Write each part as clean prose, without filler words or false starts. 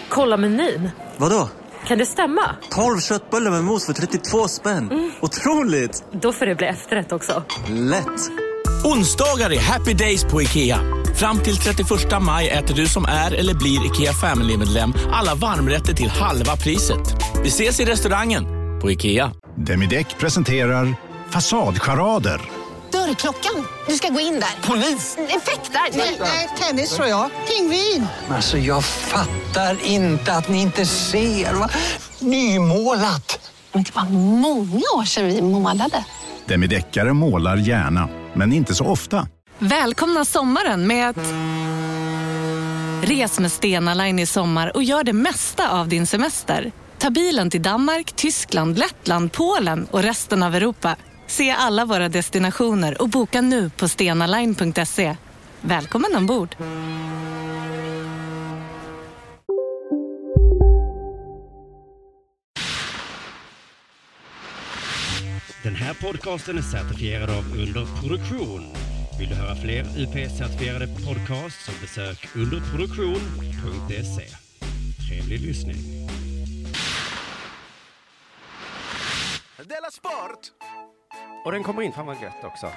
Kolla menyn. Vadå? Kan det stämma? 12 köttbullar med mos för 32 spänn. Otroligt! Då får det bli efterrätt också. Lätt! Onsdagar är happy days på IKEA. Fram till 31 maj äter du som är eller blir IKEA Family-medlem alla varmrätter till halva priset. Vi ses i restaurangen på IKEA. Demideck presenterar Fasadcharader. Dörrklockan. Du ska gå in där. Polis? Effektar? Nej, tennis tror jag. Pingvin. Alltså jag fattar inte att ni inte ser. Va? Nymålat. Men det var många år sedan vi målade. Demideckare målar gärna, men inte så ofta. Välkomna sommaren med att... Res med Stena Line i sommar och gör det mesta av din semester. Ta bilen till Danmark, Tyskland, Lettland, Polen och resten av Europa. Se alla våra destinationer och boka nu på stenaline.se. Välkommen ombord! Den här podcasten är certifierad av Underproduktion. Vill du höra fler UP-certifierade podcasts så besök underproduktion.se. Trevlig lyssning. Della Sport! Och den kommer in, fan vad gött också.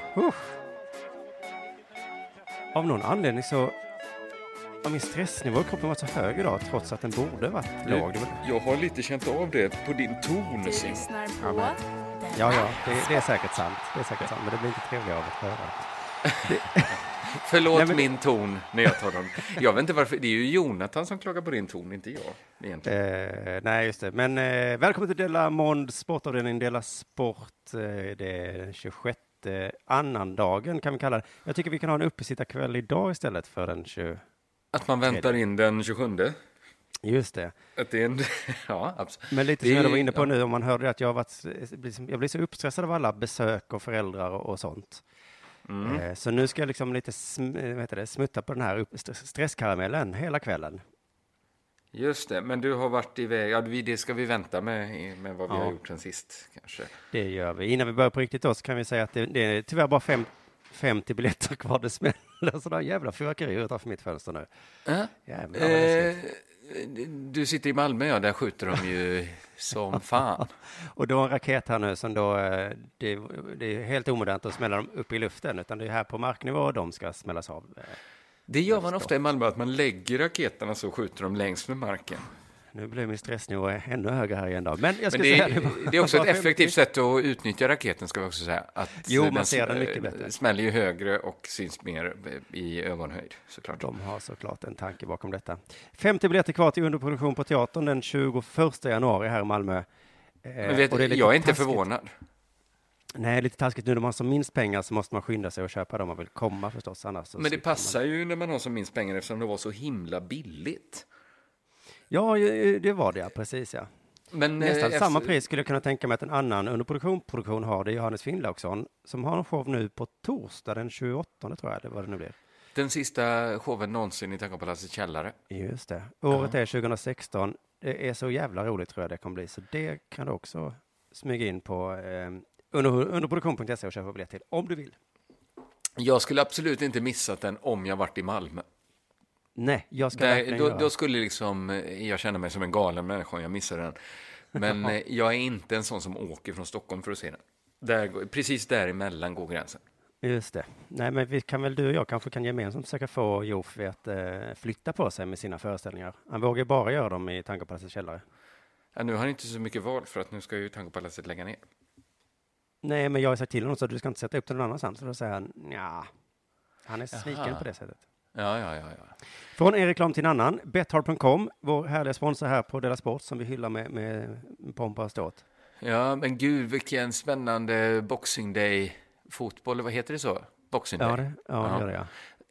Av någon anledning så har min stressnivå i kroppen varit så hög idag trots att den borde varit låg. Jag har lite känt av det på din ton. Ja, det är säkert sant. Det är säkert sant, men det blir inte trevligare av att höra. Förlåt min ton när jag tar den. Jag vet inte varför. Det är ju Jonathan som klagar på din ton, inte jag egentligen. Nej, just det. Men välkommen till Della Mond, sportavdelningen Della Sport. Det är den 26 annandagen kan vi kalla det. Jag tycker vi kan ha en uppesittarkväll idag istället för den 20. Att man väntar in den 27. Just det. Att det är en, ja, absolut. Men lite som jag var inne på nu, om man hörde att jag blir så uppstressad av alla besök och föräldrar och sånt. Så nu ska jag liksom lite smutta på den här stresskaramellen hela kvällen. Just det, men du har varit iväg. Ja, det ska vi vänta med vad vi har gjort sen sist kanske. Det gör vi. Innan vi börjar på riktigt då så kan vi säga att det är tyvärr bara 50 biljetter kvar. Det smäller sådana jävla fyrverkerier utanför mitt fönster nu. Du sitter i Malmö, där skjuter de ju som fan. Och då en raket här nu som då, det är helt omodernt att smälla dem upp i luften, utan det är här på marknivå och de ska smällas av. Det gör man ofta i Malmö, att man lägger raketerna så skjuter de längs med marken. Nu blir min stressnivå ännu högre här igen då. Men jag ska det är också ett effektivt sätt att utnyttja raketen, ska vi också säga. Att man ser den mycket bättre. Smäller ju högre och syns mer i ögonhöjd, såklart. De har såklart en tanke bakom detta. 50 biljetter kvar till underproduktion på teatern den 21 januari här i Malmö. Men jag är inte förvånad. Nej, lite taskigt nu när man har som minst pengar så måste man skynda sig och köpa dem man vill komma förstås. Annars men det passar ju när man har som minst pengar eftersom det var så himla billigt. Ja, det var det, precis ja. Men nästan samma pris skulle jag kunna tänka mig att en annan underproduktion har. Det är Johannes Finnlaugsson som har en show nu på torsdag den 28 tror jag det var det nu blir. Den sista showen någonsin i Tankopalatsets källare. Just det. Året är 2016. Det är så jävla roligt tror jag det kommer bli. Så det kan du också smyga in på underproduktion.se och köpa biljett till om du vill. Jag skulle absolut inte missat den om jag varit i Malmö. Nej, jag ska då skulle liksom jag känna mig som en galen människa om jag missar den. Men jag är inte en sån som åker från Stockholm för att se den. Precis däremellan går gränsen. Just det. Nej, men vi kan väl du och jag kanske kan gemensamt försöka få Jofi att flytta på sig med sina föreställningar. Han vågar bara göra dem i Tankopalatsets källare. Ja, nu har han inte så mycket val för att nu ska ju Tankopalatset lägga ner. Nej, men jag har sagt till honom så att du ska inte sätta upp den någon annanstans. Så då säger han, ja. Han är sviken på det sättet. Ja. Från en reklam till en annan. Betthard.com, vår härliga sponsor här på Della Sport som vi hyllar med pompa och ståt. Ja, men gud vilken spännande Boxing Day fotboll, vad heter det så? Boxing Day. Det gör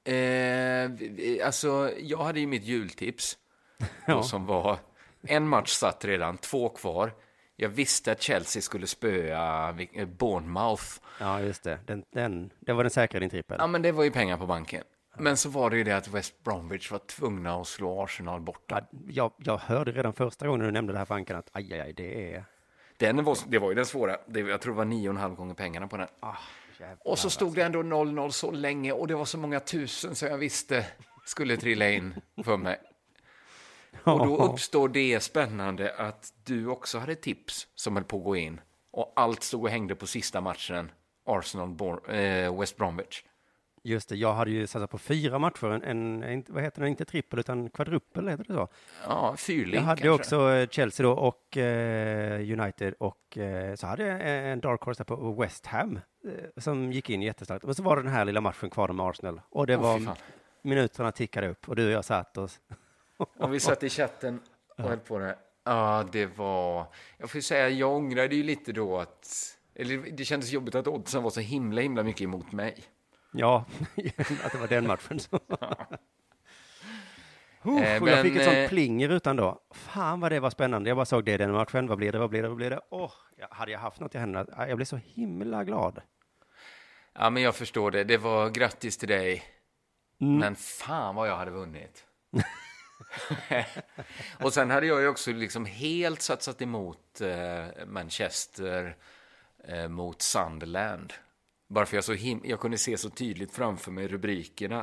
det. Alltså, jag hade ju mitt jultips som var en match satt redan, 2 kvar. Jag visste att Chelsea skulle spöa Bournemouth. Ja, just det. Det var den säkra din trippel. Ja, men det var ju pengar på banken. Men så var det ju det att West Bromwich var tvungna att slå Arsenal borta. Ja, jag hörde redan första gången du nämnde det här fanken att det är... Det var ju den svåra. Jag tror det var 9,5 gånger pengarna på den. Och så stod det ändå 0-0 så länge och det var så många tusen så jag visste skulle trilla in för mig. Och då uppstår det spännande att du också hade tips som höll på att gå in. Och allt stod och hängde på sista matchen, Arsenal-West Bromwich. Just det, jag hade ju satsat på 4 matcher, vad heter det, inte trippel utan kvadruppel, heter det så? Ja, fyrling jag hade kanske. Också Chelsea då och United och så hade jag en dark horse där på West Ham som gick in jättestarkt. Och så var det den här lilla matchen kvar med Arsenal och det var minuterna tickade upp och du och jag satt och vi satt i chatten och höll på det. Ja, det var... Jag får säga, jag ångrade ju lite då att... Eller det kändes jobbigt att oddsen var så himla mycket emot mig. Ja, att det var den matchen. Jag fick ett sånt pling i rutan då. Fan vad det var spännande. Jag bara såg det i den matchen. Vad blir det? Hade jag haft något i händerna? Jag blev så himla glad. Ja, men jag förstår det. Det var grattis till dig. Men fan vad jag hade vunnit. Och sen hade jag ju också liksom helt satsat emot Manchester mot Sunderland. Bara för jag kunde se så tydligt framför mig rubrikerna.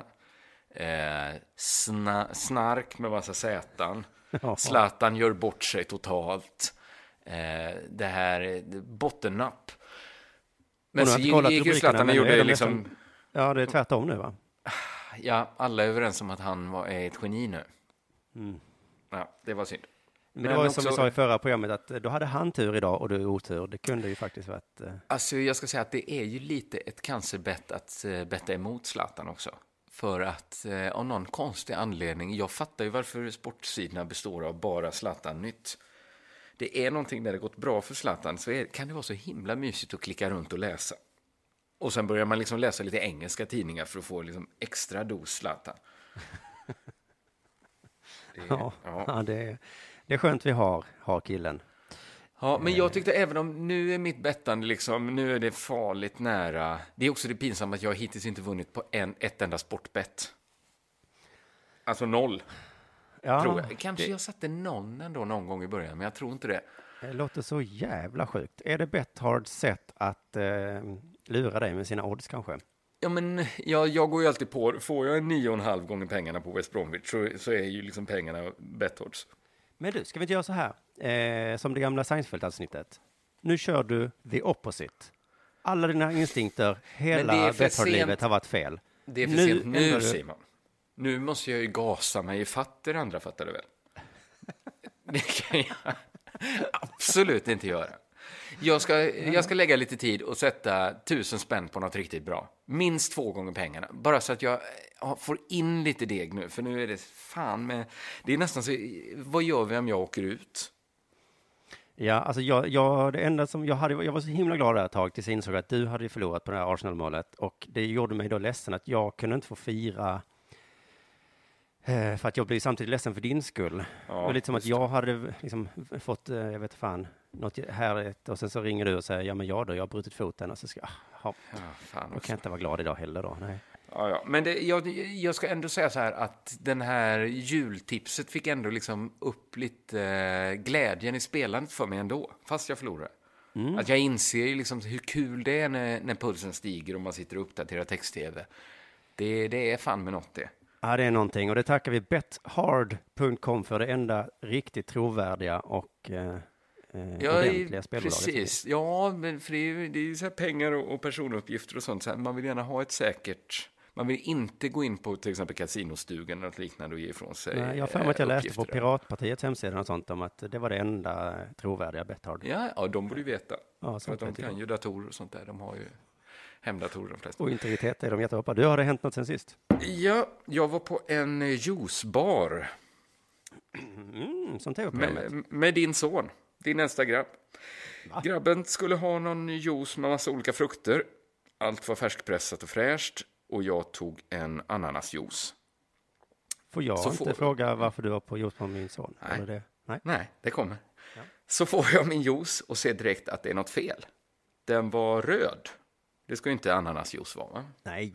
Snark med massa sätan. Zlatan gör bort sig totalt. Det här bottennapp. Men så gick ju Zlatan och gjorde liksom... Ja, det är tvärtom nu va? Ja, alla är överens om att han är ett geni nu. Ja, det var synd. Men det var ju som vi sa i förra programmet att då hade han tur idag och du otur. Det kunde ju faktiskt varit... Alltså jag ska säga att det är ju lite ett cancerbett att betta emot Zlatan också. För att av någon konstig anledning, jag fattar ju varför sportsidorna består av bara Zlatan-nytt. Det är någonting där det gått bra för Zlatan så kan det vara så himla mysigt att klicka runt och läsa. Och sen börjar man liksom läsa lite engelska tidningar för att få liksom extra dos Zlatan. Det är skönt vi har killen. Ja, men jag tyckte även om nu är mitt bettande liksom, nu är det farligt nära. Det är också det pinsamma att jag hittills inte vunnit på ett enda sportbett. Alltså 0. Ja, tror jag. Kanske jag satte någon ändå någon gång i början, men jag tror inte det. Det låter så jävla sjukt. Är det Bethards sätt att lura dig med sina odds kanske? Ja, men jag går ju alltid på, får jag 9,5 gånger pengarna på West Bromwich så är ju liksom pengarna Bethards. Men du, ska vi inte göra så här? Som det gamla Seinfeld-avsnittet. Nu kör du the opposite. Alla dina instinkter, hela Bethard-livet har varit fel. Det är för sent nu, Simon. Nu måste jag ju gasa mig i fatt andra, fattar du väl? Det kan jag absolut inte göra. Jag ska lägga lite tid och sätta 1000 spänn på något riktigt bra. Minst 2 gånger pengarna. Bara så att jag får in lite deg nu. För nu är det fan med... Det är nästan så... Vad gör vi om jag åker ut? Ja, alltså det enda som jag var så himla glad där ett tag tills jag insåg att du hade förlorat på det här Arsenal-målet. Och det gjorde mig då ledsen att jag kunde inte få fira... För att jag blev samtidigt ledsen för din skull. Ja, det var lite som att jag hade liksom fått, jag vet fan, något härligt. Och sen så ringer du och säger, ja men jag har brutit foten. Och så ska då kan jag inte vara glad idag heller då. Nej. Ja. Men jag ska ändå säga så här att den här jultipset fick ändå liksom upp lite glädjen i spelandet för mig ändå. Fast jag förlorade. Att jag inser liksom hur kul det är när pulsen stiger och man sitter och uppdaterar text-tv. Det är fan med något det. Ja, det är någonting. Och det tackar vi bethard.com för, det enda riktigt trovärdiga och ordentliga spelbolaget. Precis. Ja, men för det är ju så här pengar och personuppgifter och sånt. Så här, man vill gärna ha ett säkert... Man vill inte gå in på till exempel kasinostugan eller något liknande och ge ifrån sig. Nej, jag har för mig att jag läste på Piratpartiets hemsida och sånt om att det var det enda trovärdiga Bethard. Ja, de borde ju veta. Ja, för att de kan ju datorer och sånt där. De har ju hemdatorer de flesta. Och integritet är de jättehoppa. Du, har det hänt något sen sist? Ja, jag var på en juicebar. Som tv-programmet. Med din son, din nästa grabb. Va? Grabben skulle ha någon juice med massa olika frukter. Allt var färskpressat och fräscht. Och jag tog en ananasjuice. Får jag inte fråga varför du var på juice med min son? Nej, eller det? Nej, det kommer. Ja. Så får jag min juice och ser direkt att det är något fel. Den var röd. Det ska ju inte ananasjuice vara, va? Nej.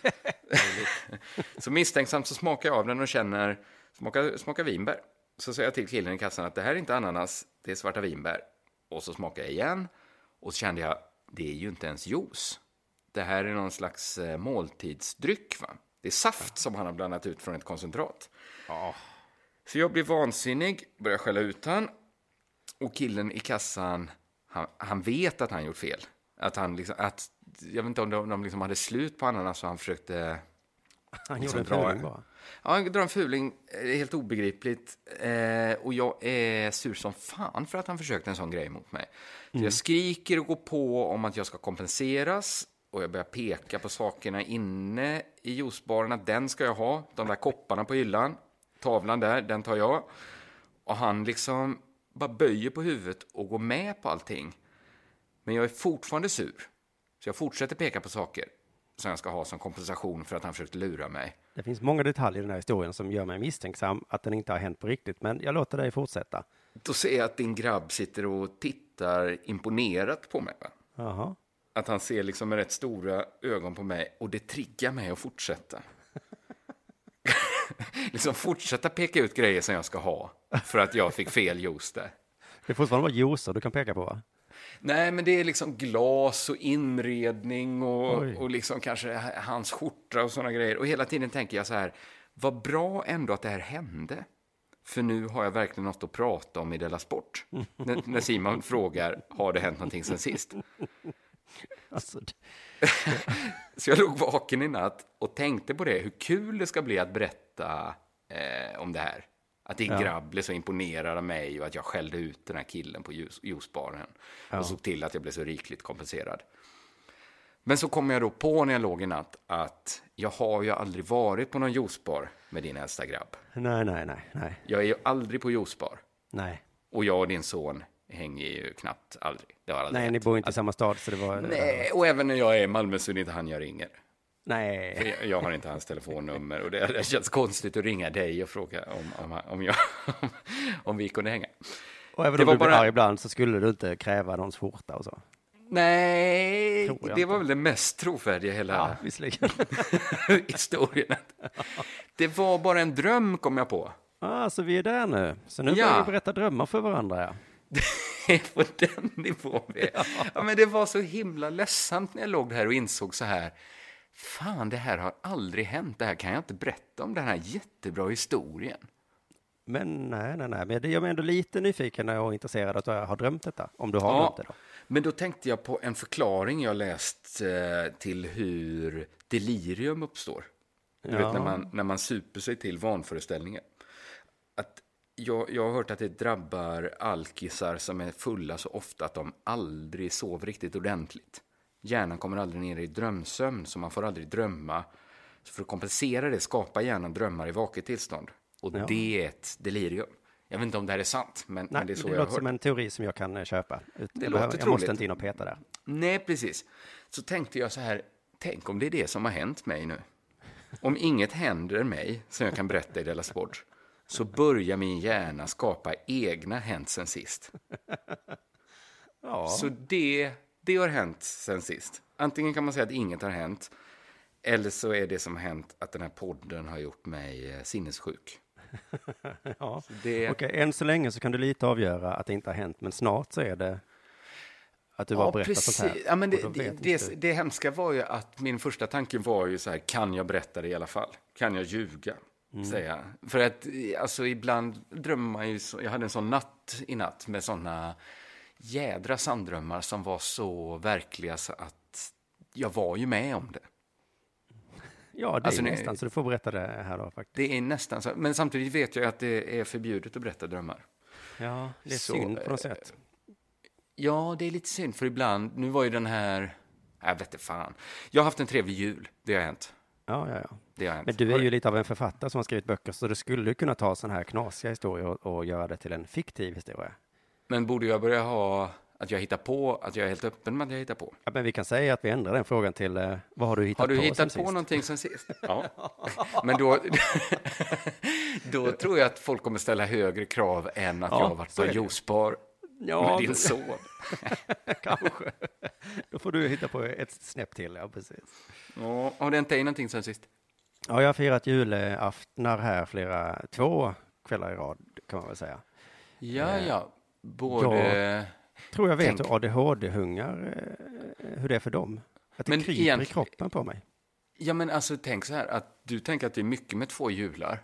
Så misstänksamt så smakar jag av den och känner, smakar vinbär. Så säger jag till killen i kassan att det här är inte ananas, det är svarta vinbär. Och så smakar jag igen. Och så kände jag, det är ju inte ens juice. Det här är någon slags måltidsdryck, va? Det är saft som han har blandat ut från ett koncentrat. Så jag blir vansinnig, börjar skälla ut han. Och killen i kassan, han vet att han gjort fel. Att han liksom, jag vet inte om de liksom hade slut på honom, så han försökte... Han gjorde en fuling bara. Ja, han drar en fuling, helt obegripligt. Och jag är sur som fan för att han försökte en sån grej mot mig. Så jag skriker och går på om att jag ska kompenseras. Och jag börjar peka på sakerna inne i juicebaren, att den ska jag ha. De där kopparna på hyllan, tavlan där, den tar jag. Och han liksom bara böjer på huvudet och går med på allting. Men jag är fortfarande sur. Så jag fortsätter peka på saker som jag ska ha som kompensation för att han försökte lura mig. Det finns många detaljer i den här historien som gör mig misstänksam att den inte har hänt på riktigt. Men jag låter dig fortsätta. Då ser jag att din grabb sitter och tittar imponerat på mig. Va? Jaha. Att han ser liksom med rätt stora ögon på mig. Och det triggar mig att fortsätta. Liksom fortsätta peka ut grejer som jag ska ha. För att jag fick fel juice där. Det är fortfarande bara juicer du kan peka på, va? Nej, men det är liksom glas och inredning och liksom kanske hans skjorta och såna grejer. Och hela tiden tänker jag så här, vad bra ändå att det här hände. För nu har jag verkligen något att prata om i Della Sport. När Simon frågar, har det hänt någonting sen sist? Alltså... Så jag låg vaken i natt och tänkte på det, hur kul det ska bli att berätta om det här. Att din grabb blev så imponerad av mig och att jag skällde ut den här killen på juicebaren. Och såg till att jag blev så rikligt kompenserad. Men så kom jag då på när jag låg i natt att jag har ju aldrig varit på någon juicebar med din äldsta grabb. Nej. Jag är ju aldrig på juicebar. Nej. Och jag och din son hänger ju knappt aldrig. Det har aldrig hänt. Ni bor inte i samma stad så det var... Nej, och även när jag är i Malmö så är det inte han jag ringer. Nej. För jag har inte hans telefonnummer och det känns konstigt att ringa dig och fråga om vi kunde hänga. Och även om du blir arg ibland så skulle du inte kräva någons skjorta och så. Nej, det var väl det mest trovärdiga i hela historien. Det var bara en dröm, kom jag på. Så vi är där nu. Så nu börjar vi berätta drömmar för varandra, ja. Det är på den nivån vi är. Ja, men det var så himla ledsamt när jag låg här och insåg så här. Fan, det här har aldrig hänt. Det här kan jag inte berätta om, den här jättebra historien. Men nej. Men det gör mig ändå lite nyfiken och intresserad att jag har drömt detta. Om du har drömt det då. Men då tänkte jag på en förklaring jag läst till hur delirium uppstår. Du vet, när man super sig till vanföreställningar. Att jag har hört att det drabbar alkisar som är fulla så ofta att de aldrig sover riktigt ordentligt. Hjärnan kommer aldrig ner i drömsömn, så man får aldrig drömma. Så för att kompensera det skapar hjärnan drömmar i vaket tillstånd. Och det är ett delirium. Jag vet inte om det här är sant, men det är så jag har hört. Det låter som en teori som jag kan köpa. Jag måste inte in och peta där. Nej, precis. Så tänkte jag så här, tänk om det är det som har hänt mig nu. Om inget händer mig som jag kan berätta i Della Sport, så börjar min hjärna skapa egna hänt sen sist. Så det har hänt sen sist. Antingen kan man säga att inget har hänt, eller så är det som har hänt att den här podden har gjort mig sinnessjuk. Okej, än så länge så kan du lite avgöra att det inte har hänt, men snart så är det att du var berättat sånt här. Ja, men det hemska var ju att min första tanke var ju så här, kan jag berätta det i alla fall? Kan jag ljuga? Säga. För att alltså, ibland drömmer man ju så, jag hade en sån natt i natt med såna jädra sanddrömmar som var så verkliga så att jag var ju med om det. Ja, det är nästan, så du får berätta det här då faktiskt. Det är nästan så, men samtidigt vet jag att det är förbjudet att berätta drömmar. Ja, det är synd på något sätt. Ja, det är lite synd, för ibland, nu var ju den här, jag vet inte fan. Jag har haft en trevlig jul, det har hänt. Ja. Det har hänt. Men du är ju lite av en författare som har skrivit böcker, så du skulle kunna ta sån här knasiga historier och göra det till en fiktiv historia. Men borde jag börja ha att jag hittar på, att jag är helt öppen med att jag hittar på? Ja, men vi kan säga att vi ändrar den frågan till vad har du hittat på? Har du hittat på någonting sen sist? Ja. Men då tror jag att folk kommer ställa högre krav än att jag har varit på en juicebar med din son. Kanske. Då får du hitta på ett snäpp till, ja precis. Ja, har det inte hänt någonting sen sist? Ja, jag har firat julaftnar här 2 kvällar i rad, kan man väl säga. Ja. Tror jag vet hur ADHD-hungar, hur det är för dem. Att det kryper i kroppen på mig. Ja, men alltså tänk så här, att du tänker att det är mycket med 2 jular.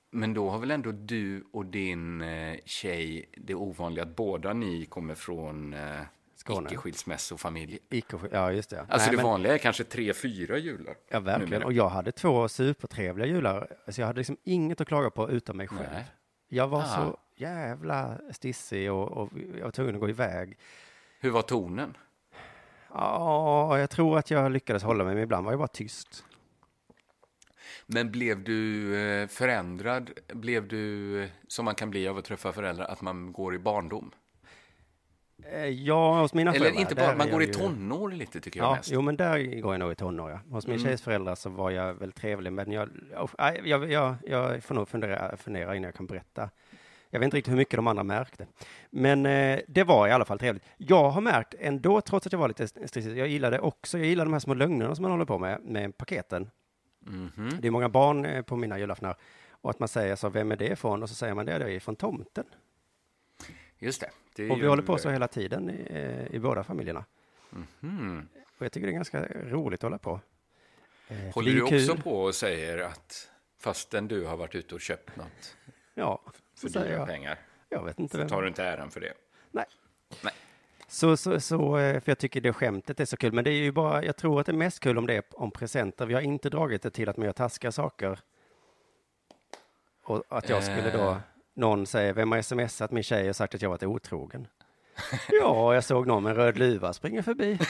Men då har väl ändå du och din tjej det ovanliga att båda ni kommer från icke-skilsmässofamilj. Ja, just det. Alltså det vanliga är kanske 3-4 jular. Ja, verkligen. Och jag hade 2 supertrevliga jular. Alltså jag hade liksom inget att klaga på utan mig själv. Nej. Jag var så jävla stissig och jag var tvungen att gå iväg. Hur var tonen? Ja, jag tror att jag lyckades hålla mig, men ibland var jag bara tyst. Men blev du förändrad? Blev du, som man kan bli av att träffa föräldrar, att man går i barndom? Ja, hos mina föräldrar. Eller inte bara, man går i tonår lite tycker jag mest. Jo, men där går jag nog i tonår, ja. Hos min tjejs föräldrar så var jag väl trevlig, men jag får nog fundera innan jag kan berätta. Jag vet inte riktigt hur mycket de andra märkte. Men det var i alla fall trevligt. Jag har märkt ändå, trots att jag var lite stressig, jag gillar de här små lögnerna som man håller på med paketen. Mm-hmm. Det är många barn på mina julaftnar. Och att man säger så, vem är det ifrån? Och så säger man det är från tomten. Just det. Och vi håller på så hela tiden i båda familjerna. Mm-hmm. Och jag tycker det är ganska roligt att hålla på. Håller du också på och säger att fastän du har varit ute och köpt något för dyra pengar, jag vet inte så tar du inte äran för det? Nej. Så för jag tycker det skämtet är så kul. Men det är ju bara, jag tror att det är mest kul om det är om presenter. Vi har inte dragit det till att man gör taskiga saker. Och att jag skulle då, någon säger, vem har smsat min tjej och sagt att jag varit otrogen? Ja, jag såg någon med en röd luva springa förbi.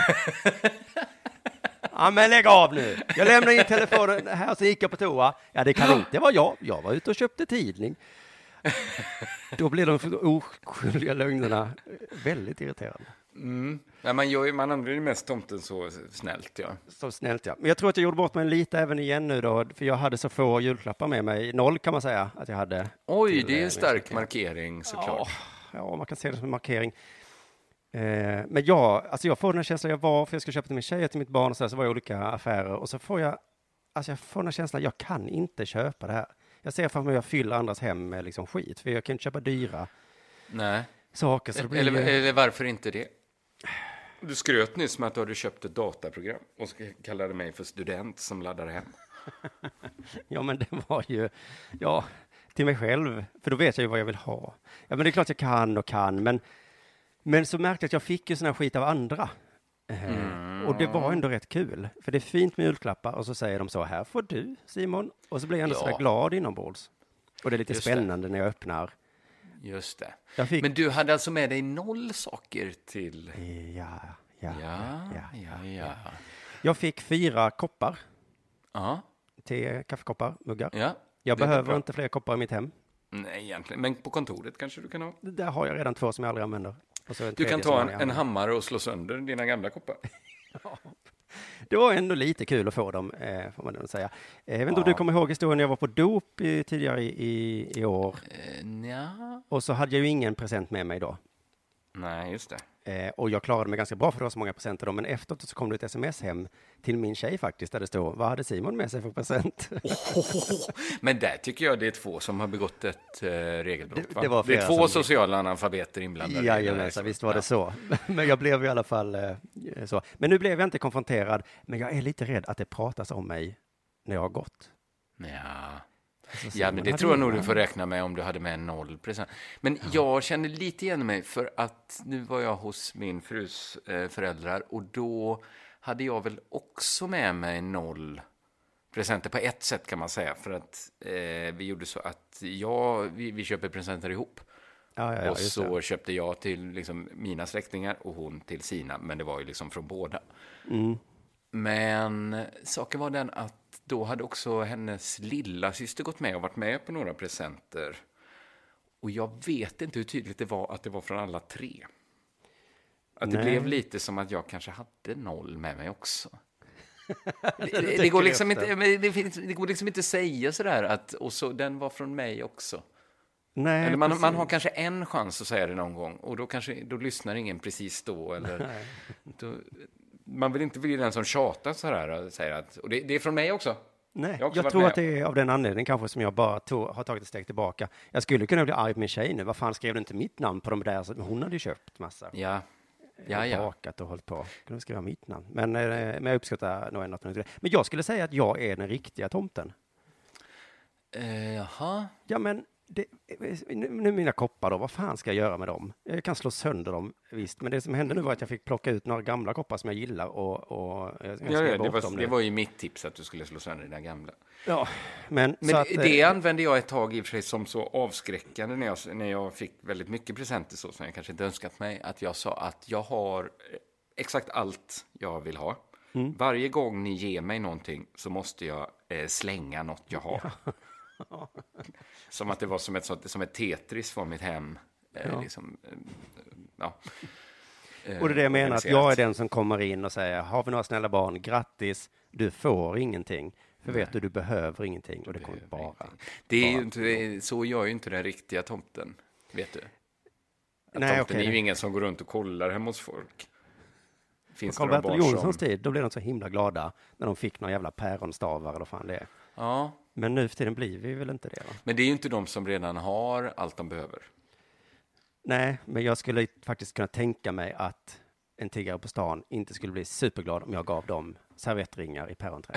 Ja, men lägg av nu. Jag lämnar in telefonen här så gick jag på toa. Ja, det kan inte vara jag. Jag var ute och köpte tidning. Då blir de oskyldiga lögnerna väldigt irriterande. Mm. Ja, man använder ju mest tomten så snällt, ja. Så snällt, ja. Men jag tror att jag gjorde bort mig lite även igen nu då. För jag hade så få julklappar med mig. 0 kan man säga att jag hade. Oj, det är en stark markering såklart. Ja, man kan se det som en markering. Men jag får den här känslan för jag ska köpa till min tjej och till mitt barn och så var jag i olika affärer. Och så får jag den här känslan, jag kan inte köpa det här. Jag ser framför mig att jag fyller andras hem med liksom skit. För jag kan inte köpa dyra saker. Så det blir eller varför inte det? Du skröt nyss med att du hade köpt ett dataprogram och kallade mig för student som laddar hem. Ja, men det var ju... Ja, till mig själv. För då vet jag ju vad jag vill ha. Ja, men det är klart jag kan. Men så märkte jag att jag fick ju sån här skit av andra. Och det var ändå rätt kul. För det är fint med julklappar och så säger de så, här får du Simon. Och så blir jag ändå så där glad inombords. Och det är lite spännande när jag öppnar. Just det. Men du hade alltså med dig 0 saker till... Ja. Jag fick 4 koppar. Kaffekoppar, muggar. Ja, jag behöver inte fler koppar i mitt hem. Nej, egentligen. Men på kontoret kanske du kan ha? Där har jag redan 2 som jag aldrig använder. Och så du kan ta en hammare och slå sönder dina gamla koppar. Ja. Det var ändå lite kul att få dem, får man ändå säga. Jag vet inte om du kommer ihåg historien när jag var på dop tidigare i år. Och så hade jag ju ingen present med mig då. Nej, just det. Och jag klarade mig ganska bra för det var så många presenter då. Men efteråt så kom det ett sms hem till min tjej faktiskt. Där det stod, vad hade Simon med sig för present? Men där tycker jag det är 2 som har begått ett regelbrott. Det är 2 sociala analfabeter inblandade. Jajamensan, visst var det så. Men jag blev i alla fall så. Men nu blev jag inte konfronterad. Men jag är lite rädd att det pratas om mig när jag har gått. Ja, men det tror jag nog du får räkna med om du hade med 0 present. Men jag känner lite igen mig för att nu var jag hos min frus föräldrar och då hade jag väl också med mig 0 presenter på ett sätt kan man säga. För att vi gjorde så att vi köper presenter ihop. Och så köpte jag till liksom mina släktingar och hon till sina. Men det var ju liksom från båda. Mm. Men saken var den att då hade också hennes lilla syster gått med och varit med på några presenter. Och jag vet inte hur tydligt det var att det var från alla 3. Att det blev lite som att jag kanske hade 0 med mig också. Det går liksom inte, det går liksom inte att säga sådär att och så den var från mig också. Nej, eller man har kanske en chans att säga det någon gång och då lyssnar ingen precis då eller man vill inte bli den som tjatar så här och säger att och det är från mig också. Nej, jag tror att det är av den anledningen kanske som jag bara har tagit ett steg tillbaka. Jag skulle kunna bli arg på min tjej nu. Vad fan skrev du inte mitt namn på de där? Så hon hade ju köpt massa. Ja. Bakat och hållit på. Kunde skriva mitt namn. Men jag uppskattar nog ändå att. Men jag skulle säga att jag är den riktiga tomten. Jaha. Ja, men nu mina koppar då, vad fan ska jag göra med dem? Jag kan slå sönder dem, visst. Men det som hände nu var att jag fick plocka ut några gamla koppar som jag gillar och jag ska bort dem nu. Det var ju mitt tips att du skulle slå sönder dina gamla. Ja, men så att, det använde jag ett tag i och för sig som så avskräckande när jag fick väldigt mycket presenter så som jag kanske inte önskat mig. Att jag sa att jag har exakt allt jag vill ha. Varje gång ni ger mig någonting så måste jag slänga något jag har. Som att det var som ett Tetris för mitt hem. Liksom, och det är det jag menar, att jag är den som kommer in och säger, har vi några snälla barn, grattis, du får ingenting. För vet du behöver ingenting och det kommer bara. Det är ju inte, så gör ju inte den riktiga tomten, vet du. Nej, tomten är ju ingen som går runt och kollar hemma hos folk. Finns det Carl-Bertil Jonssons tid, då blev de så himla glada när de fick några jävla päronstavar eller fan det är. Ja. Men nu för tiden blir vi väl inte det, va? Men det är ju inte de som redan har allt de behöver. Nej, men jag skulle faktiskt kunna tänka mig att en tiggare på stan inte skulle bli superglad om jag gav dem servettringar i päronträd.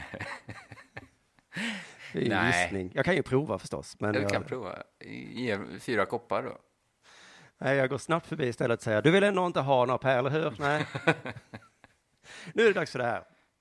Det är ju en gissning. Jag kan ju prova förstås. Men jag kan prova. Ge 4 koppar då. Nej, jag går snabbt förbi istället och säger, du vill ändå inte ha några pärlor, hur? Nej. Nu är det dags för det här.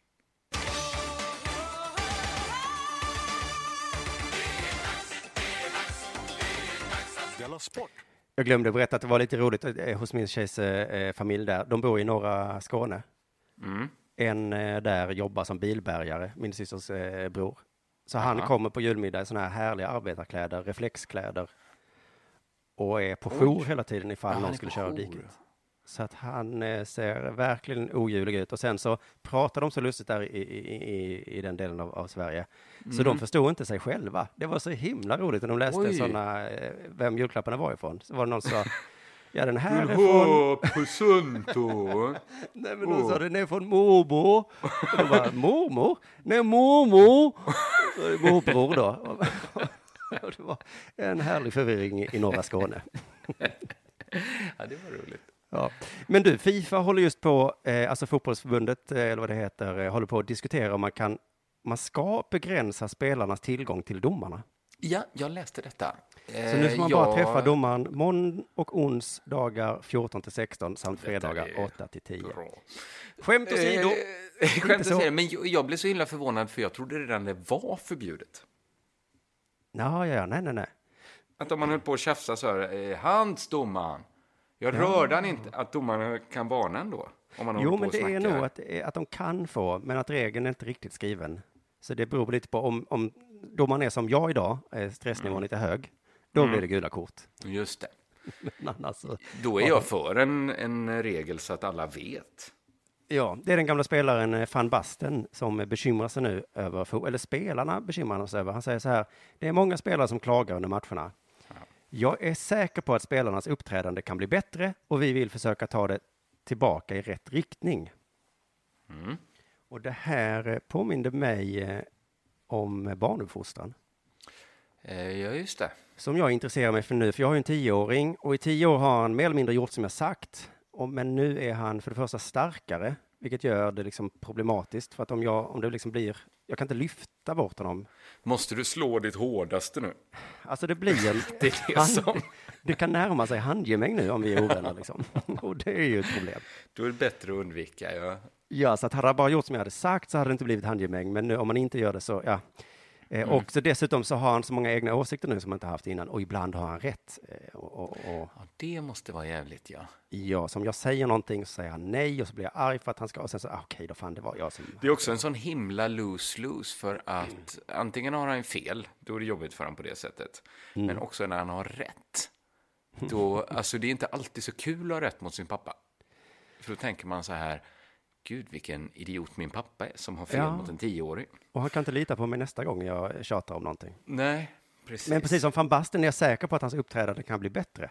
Jag glömde berätta att det var lite roligt hos min tjejs familj där. De bor i norra Skåne. En där jobbar som bilbärgare, min systers bror. Så han kommer på julmiddag i såna här härliga arbetarkläder, reflexkläder. Och är på jour hela tiden ifall någon skulle köra diket. Så att han ser verkligen ojulig ut. Och sen så pratar de så lustigt där i den delen av Sverige. Så de förstod inte sig själva. Det var så himla roligt när de läste sådana, vem julklapparna var ifrån. Så var det någon som sa, ja den här är från... Nej men då sa den är från mormor. Och de bara, mormor? Nej mormor. Så är det morbror då. Och det var en härlig förvirring i norra Skåne. Ja, det var roligt. Ja. Men du, FIFA håller just på, alltså fotbollsförbundet, eller vad det heter, håller på att diskutera om man ska begränsa spelarnas tillgång till domarna. Ja, jag läste detta. Så nu får man bara träffa domaren måndag och onsdagar 14-16 samt fredagar 8-10. Skämt åsido. Skämt åsido, men jag blev så himla förvånad för jag trodde redan det var förbjudet. Nej. Att om man höll på att tjafsa så här, handsdomaren. Jag rörde han inte att domarna kan varna ändå. Om man jo, men det är nog att de kan få, men att regeln är inte riktigt skriven. Så det beror lite på om domaren är som jag idag, stressnivån lite hög, då blir det gula kort. Just det. Men alltså, då är jag för en regel så att alla vet. Ja, det är den gamla spelaren Van Basten som bekymrar sig nu över, eller spelarna bekymrar sig över. Han säger så här, det är många spelare som klagar under matcherna. Jag är säker på att spelarnas uppträdande kan bli bättre och vi vill försöka ta det tillbaka i rätt riktning. Och det här påminner mig om barnuppfostran. Ja, just det. Som jag intresserar mig för nu, för jag har ju en 10-åring och i 10 år har han mer eller mindre gjort som jag sagt. Men nu är han för det första starkare, vilket gör det liksom problematiskt. För att om det liksom blir, jag kan inte lyfta bort honom. Måste du slå ditt hårdaste nu? Alltså det blir det kan närma sig handgemäng nu om vi är ovänner liksom. Och det är ju ett problem. Då är det bättre att undvika, ja. Ja, så att hade jag bara gjort som jag hade sagt så hade det inte blivit handgemäng. Men nu om man inte gör det så, ja. Och så dessutom så har han så många egna åsikter nu som han inte haft innan. Och ibland har han rätt. Ja, det måste vara jävligt, ja. Ja, som jag säger någonting så säger han nej och så blir jag arg för att han ska. Och sen så, okej, då fan det var jag som... Det är också en sån himla lose-lose för att antingen har han fel, då är det jobbigt för honom på det sättet. Men också när han har rätt. Då, alltså det är inte alltid så kul att ha rätt mot sin pappa. För då tänker man så här... Gud, vilken idiot min pappa är som har fel mot en 10-åring. Och han kan inte lita på mig nästa gång jag tjatar om någonting. Nej, precis. Men precis som Van Basten är jag säker på att hans uppträdande kan bli bättre.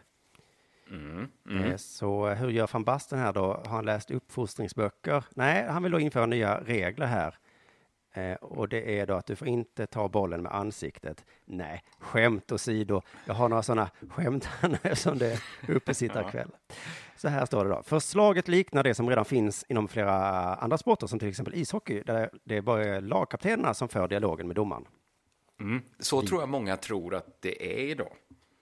Så hur gör Van Basten här då? Har han läst uppfostringsböcker? Nej, han vill då införa nya regler här. Och det är då att du får inte ta bollen med ansiktet. Nej, skämt åsido. Jag har några sådana skämt som det är uppesittarkväll. Så här står det då. Förslaget liknar det som redan finns inom flera andra sporter som till exempel ishockey. Där det är bara lagkaptenerna som för dialogen med domaren. Så tror jag många tror att det är idag.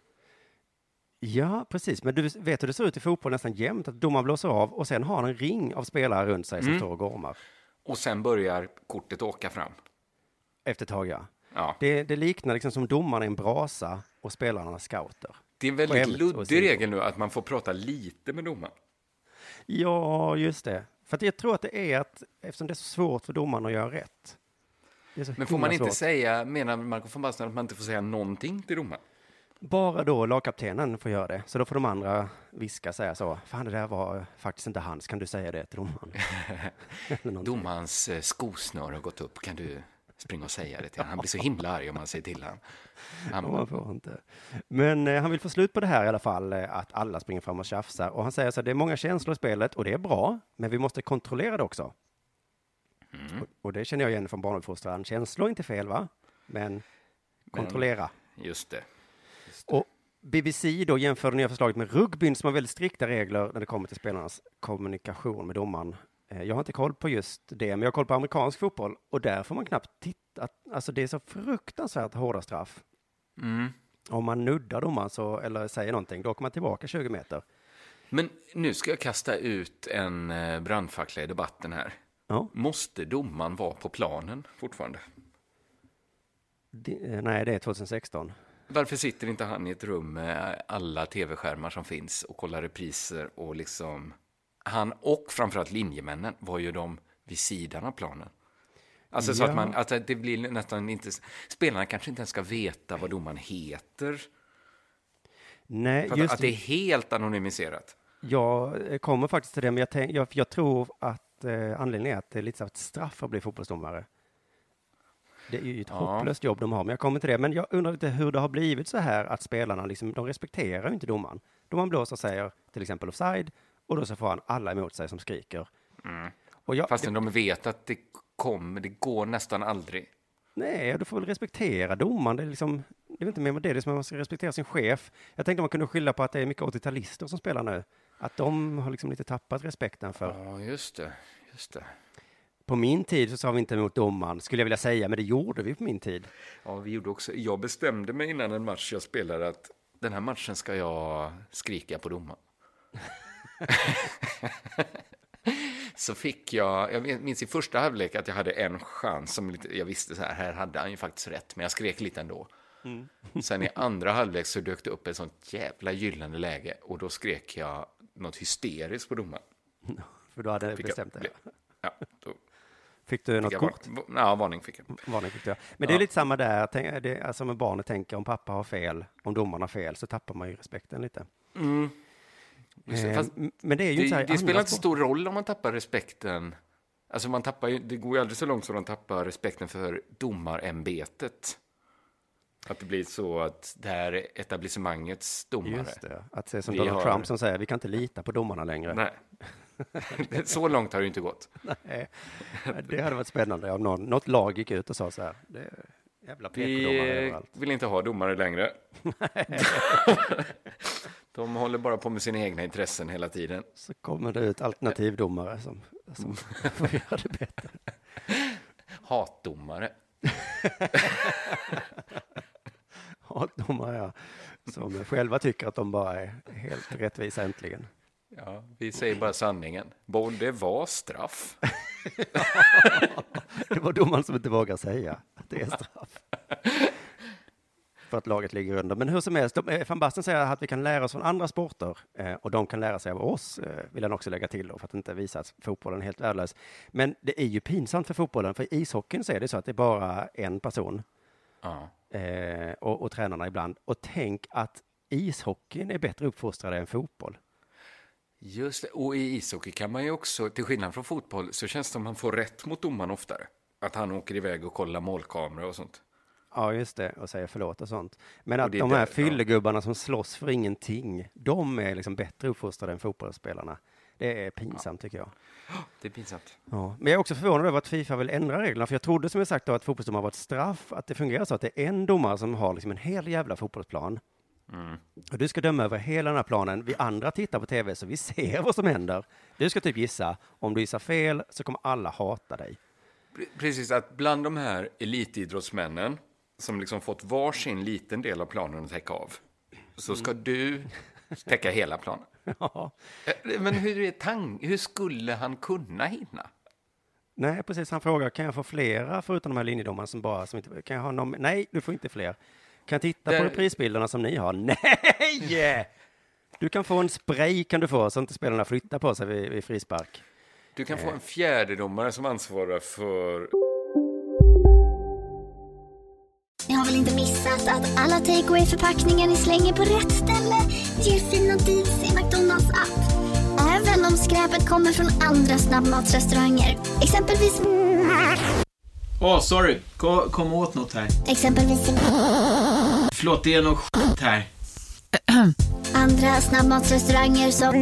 Ja, precis. Men du vet hur det ser ut i fotboll nästan jämt. Att domaren blåser av och sen har han en ring av spelare runt sig som står och gormar. Och sen börjar kortet åka fram. Efter ett tag, ja. Ja. Det liknar liksom som domaren är en brasa och spelarna är scouter. Det är en väldigt luddig regel nu att man får prata lite med domaren. Ja, just det. För att jag tror att det är att, eftersom det är så svårt för domaren att göra rätt. Men får man inte säga, menar Marco von Basten, att man inte får säga någonting till domaren? Bara då lagkaptenen får göra det. Så då får de andra viska, säga så. Fan, det där var faktiskt inte hans. Kan du säga det till domaren? Domarens skosnör har gått upp. Kan du springa och säga det till honom? Han blir så himla arg om man säger till honom. Man får inte. Men han vill få slut på det här i alla fall. Att alla springer fram och tjafsar. Och han säger så att det är många känslor i spelet. Och det är bra. Men vi måste kontrollera det också. Och det känner jag igen från barnuppfostran. Känslor är inte fel, va? Men kontrollera. Just det. Och BBC då jämför det nya förslaget med rugbyn som har väldigt strikta regler när det kommer till spelarnas kommunikation med domaren. Jag har inte koll på just det, men jag har koll på amerikansk fotboll och där får man knappt titta. Alltså det är så fruktansvärt hårda straff. Om man nuddar domaren eller säger någonting, då åker man tillbaka 20 meter. Men nu ska jag kasta ut en brandfackla i debatten här. Ja. Måste domaren vara på planen fortfarande? Nej, det är 2016. Varför sitter inte han i ett rum med alla tv-skärmar som finns och kollar repriser och liksom... Han och framförallt linjemännen var ju de vid sidan av planen. Alltså så att det blir nästan inte... Spelarna kanske inte ens ska veta vad domaren heter. Nej, just att det är helt anonymiserat. Jag kommer faktiskt till det, men jag tror att anledningen är att det är lite så ett straff att bli fotbollsdomare. Det är ju ett hopplöst jobb de har, men jag kommer till det. Men jag undrar lite hur det har blivit så här att spelarna liksom, de respekterar ju inte domaren. Domaren blåser och säger till exempel offside och då så får han alla emot sig som skriker. Och fastän de vet att det går nästan aldrig. Nej, du får väl respektera domaren. Det är inte mer med det. Det är som att man ska respektera sin chef. Jag tänkte man kunde skylla på att det är mycket 80-talister som spelar nu. Att de har liksom lite tappat respekten för... Ja, just det. På min tid så sa vi inte emot domaren, skulle jag vilja säga, men det gjorde vi på min tid. Ja, vi gjorde också. Jag bestämde mig innan en match jag spelade att den här matchen ska jag skrika på domaren. Så fick jag minns i första halvlek att jag hade en chans som jag visste så här hade han ju faktiskt rätt, men jag skrek lite ändå. Sen i andra halvlek så dök det upp ett sånt jävla gyllene läge och då skrek jag något hysteriskt på domaren. För du hade bestämt det. Ja, då fick du något kort? Ja, varning fick jag. Varning fick jag. Men det är lite samma där, alltså med barnet tänker om pappa har fel, om domaren har fel så tappar man ju respekten lite. Men det är ju det spelar inte stor roll om man tappar respekten. Alltså det går ju aldrig så långt så de tappar respekten för domarämbetet. Att det blir så att det här är etablissemangets domare. Just det, att se som Donald Trump som säger vi kan inte lita på domarna längre. Nej. Så långt har det inte gått. Nej, det hade varit spännande om något lag gick ut och sa så här. Det är jävla PK-domare överallt. Vi vill inte ha domare längre. De håller bara på med sina egna intressen hela tiden. Så kommer det ut alternativdomare som får göra det bättre. Hatdomare. Hatdomare, ja. Som själva tycker att de bara är helt rättvisa äntligen. Ja, vi säger bara sanningen. Det var straff. Det var domaren som inte vågar säga att det är straff. För att laget ligger under. Men hur som helst, Van Basten säger att vi kan lära oss från andra sporter och de kan lära sig av oss, vill han också lägga till då, för att inte visa att fotbollen är helt värdelös. Men det är ju pinsamt för fotbollen, för i ishockeyn så är det så att det är bara en person och tränarna ibland. Och tänk att ishockeyn är bättre uppfostrade än fotboll. Just det, och i ishockey kan man ju också, till skillnad från fotboll, så känns det som man får rätt mot domaren oftare. Att han åker iväg och kollar målkameror och sånt. Ja, just det. Och säger förlåt och sånt. Men att de här fyllegubbarna som slåss för ingenting, de är liksom bättre uppfostrade än fotbollsspelarna. Det är pinsamt tycker jag. Det är pinsamt. Ja. Men jag är också förvånad över att FIFA vill ändra reglerna. För jag trodde som jag sagt då att fotbollsdomare var ett straff. Att det fungerar så att det är en domare som har liksom en hel jävla fotbollsplan. Och du ska döma över hela den här planen. Vi andra tittar på tv så vi ser vad som händer. Du ska typ gissa. Om du gissar fel så kommer alla hata dig. Precis, att bland de här elitidrottsmännen som liksom fått varsin liten del av planen att täcka av. Så ska du täcka hela planen. Ja. Men hur skulle han kunna hinna? Nej, precis. Han frågar, kan jag få flera förutom de här linjedomarna som inte... Kan jag ha någon... Nej, du får inte fler. Kan jag titta på reprisbilderna som ni har? Nej! Du kan få en spray kan du få så inte spelarna flyttar på sig vid frispark. Du kan få en fjärdedomare som ansvarar för... Ni har väl inte missat att alla takeaway-förpackningar ni slänger på rätt ställe ger fina deals i McDonalds app. Även om skräpet kommer från andra snabbmatsrestauranger. Exempelvis... sorry. Kom åt något här. Exempelvis... Förlåt, det är något skit här. Andra snabbmatsrestauranger som...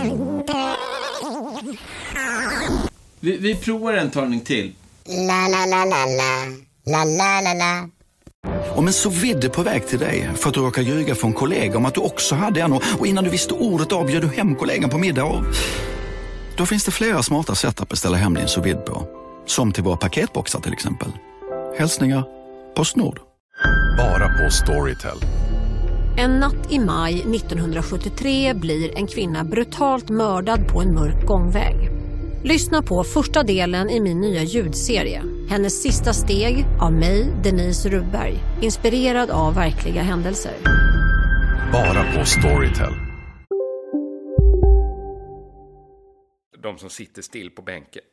Vi provar en talning till. La la la la la. La la la la. Om en sous-vide på väg till dig för att du råkar ljuga för en kollega om att du också hade en och innan du visste ordet av bjöd du hem kollegan på middag och... Då finns det flera smarta sätt att beställa hem din sous-vide på. Som till våra paketboxar till exempel. Hälsningar PostNord. Bara på Storytel. En natt i maj 1973 blir en kvinna brutalt mördad på en mörk gångväg. Lyssna på första delen i min nya ljudserie. Hennes sista steg av mig, Denise Rubberg. Inspirerad av verkliga händelser. Bara på Storytel. De som sitter still på bänken.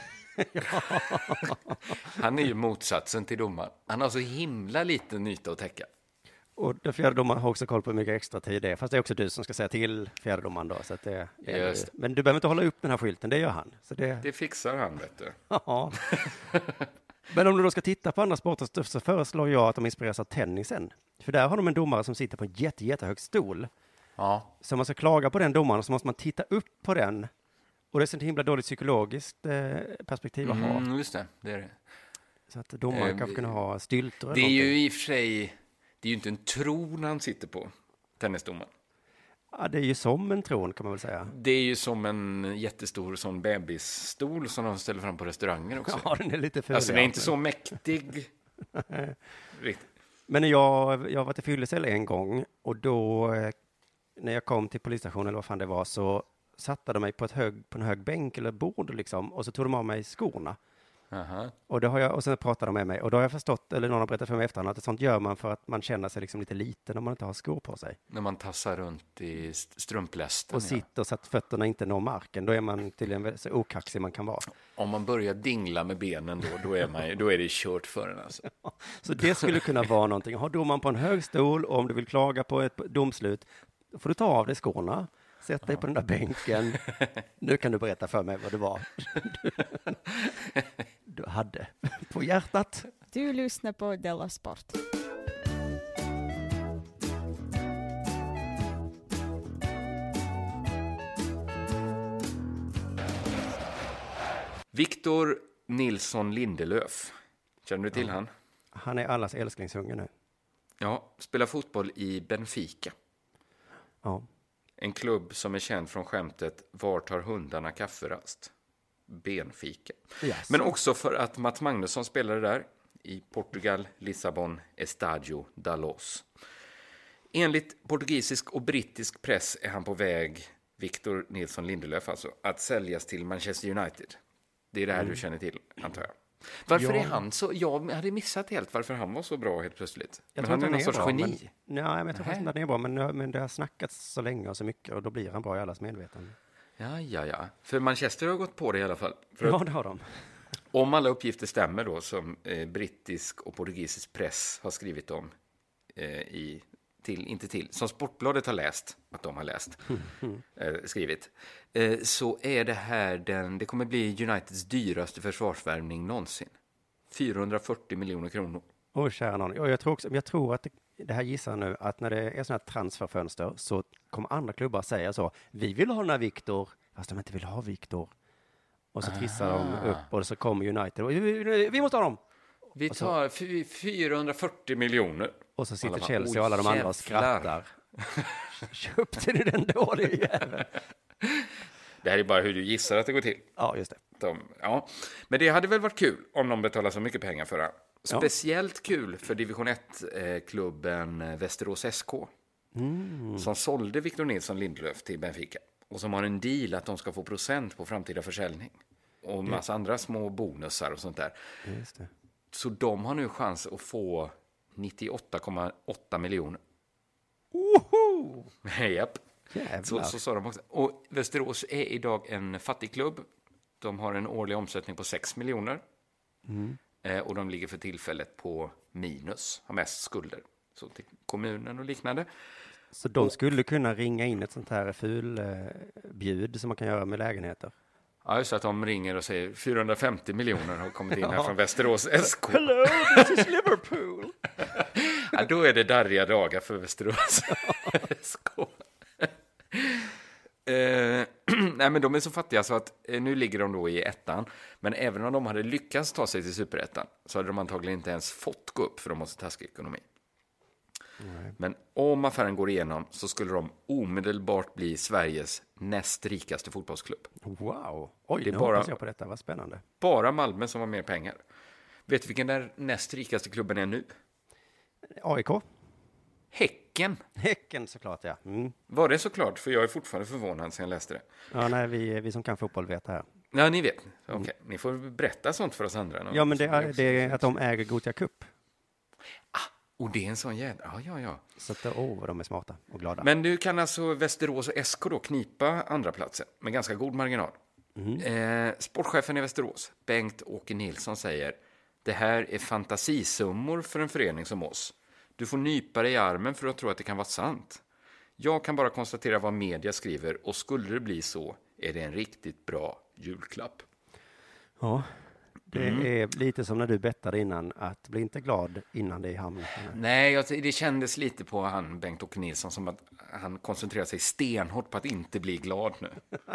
Han är ju motsatsen till domaren. Han har så himla liten yta att täcka. Och den fjärdedomaren har också koll på hur mycket extra tid det är. Fast det är också du som ska säga till fjärdedomaren då. Så att det är men du behöver inte hålla upp den här skylten, det gör han. Så det fixar han, vet du. Ja. Men om du då ska titta på andra sporter så föreslår jag att de inspireras av tennisen. För där har de en domare som sitter på en jättehög stol. Ja. Så om man ska klaga på den domaren så måste man titta upp på den. Och det är så himla dåligt psykologiskt perspektiv att ha. Just det är det. Så att domaren kanske kunna ha styltor. Det är ju i och för sig... Det är ju inte en tron han sitter på, tennisdomaren. Ja, det är ju som en tron kan man väl säga. Det är ju som en jättestor sån bebisstol som de ställer fram på restauranger också. Ja, den är lite för. Alltså den är inte så mäktig. Riktigt. Men jag var till fyllecell en gång och då när jag kom till polisstationen eller vad fan det var så satte de mig på en hög bänk eller bord liksom och så tog de av mig skorna. Uh-huh. Och sen pratade de med mig och då har jag förstått, eller någon har berättat för mig efterhand att sånt gör man för att man känner sig liksom lite liten om man inte har skor på sig. När man tassar runt i strumplästen. Och sitter så att fötterna inte når marken, då är man tydligen så okaxig man kan vara. Om man börjar dingla med benen då är det kört för en alltså. Så det skulle kunna vara någonting. Har domaren på en hög stol och om du vill klaga på ett domslut, då får du ta av dig skorna. Sätt dig på den där bänken. Nu kan du berätta för mig vad det var du hade på hjärtat. Du lyssnar på Della Sport. Victor Nilsson Lindelöf. Känner du till han? Han är allas älsklingsunge nu. Ja, spelar fotboll i Benfica. Ja. En klubb som är känd från skämtet Var tar hundarna kafferast? Benfica. Yes. Men också för att Mats Magnusson spelade där i Portugal, Lissabon, Estádio da Luz. Enligt portugisisk och brittisk press är han på väg, Victor Nilsson Lindelöf alltså, att säljas till Manchester United. Det är det här du känner till, antar jag. Varför är han så... Jag hade missat helt varför han var så bra helt plötsligt. Men han är någon sorts geni. Nej, men jag tror faktiskt att han är bra. Men det har snackats så länge och så mycket och då blir han bra i allas medvetande. Ja. För Manchester har gått på det i alla fall. Ja, det har de. Om alla uppgifter stämmer då som brittisk och portugisisk press har skrivit om som Sportbladet har läst, att de har läst, skrivit, så är det här det kommer bli Uniteds dyraste försvarsvärvning någonsin. 440 miljoner kronor. Kära någon. Jag tror att det här gissar nu att när det är sådana här transferfönster så kommer andra klubbar säga så, vi vill ha den här Victor, fast de inte vill ha Victor. Och så trissar de upp och så kommer United och vi måste ha dem. Vi tar 440 miljoner. Och så sitter Chelsea och alla de andra och skrattar. Köpte du den dåliga jäveln? Det här är bara hur du gissar att det går till. Ja, just det. Men det hade väl varit kul om de betalar så mycket pengar för det. Speciellt kul för division 1-klubben Västerås SK. Som sålde Victor Nilsson Lindelöf till Benfica. Och som har en deal att de ska få procent på framtida försäljning. Och en massa andra små bonusar och sånt där. Just det. Så de har nu chans att få 98,8 miljoner. Woho! Japp. Så sa de också. Och Västerås är idag en fattig klubb. De har en årlig omsättning på 6 miljoner. Och de ligger för tillfället på minus. Har mest skulder. Så till kommunen och liknande. Så de skulle kunna ringa in ett sånt här fulbjud som man kan göra med lägenheter? Ja, just att de ringer och säger 450 miljoner har kommit in här från Västerås SK. Hello, this is Liverpool. Ja, då är det darriga dagar för Västerås SK. Nej, men de är så fattiga så att nu ligger de då i ettan. Men även om de hade lyckats ta sig till superettan så hade de antagligen inte ens fått gå upp för de måste taskig ekonomi. Nej. Men om affären går igenom så skulle de omedelbart bli Sveriges näst rikaste fotbollsklubb. Wow, oj, det är nu bara, hoppas jag på detta, vad spännande. Bara Malmö som har mer pengar. Vet du vilken den näst rikaste klubben är nu? AIK? Häcken. Häcken såklart, ja. Var det såklart? För jag är fortfarande förvånad sen jag läste det. Ja, nej, vi som kan fotboll vet det här. Ja, ni vet. Okej. Ni får berätta sånt för oss andra. Ja, men det är att de äger Gothia Cup. Och det är en sån jävla... Ja. Så att, vad de är smarta och glada. Men nu kan alltså Västerås och SK då knipa andra platsen med ganska god marginal. Sportchefen i Västerås, Bengt-Åke Nilsson, säger: det här är fantasisummor för en förening som oss. Du får nypa dig i armen för att tro att det kan vara sant. Jag kan bara konstatera vad media skriver och skulle det bli så är det en riktigt bra julklapp. Ja, det är lite som när du bettade innan att bli inte glad innan det är i hamn. Nej, det kändes lite på han Bengt-Åke Nilsson som att han koncentrerar sig stenhårt på att inte bli glad nu.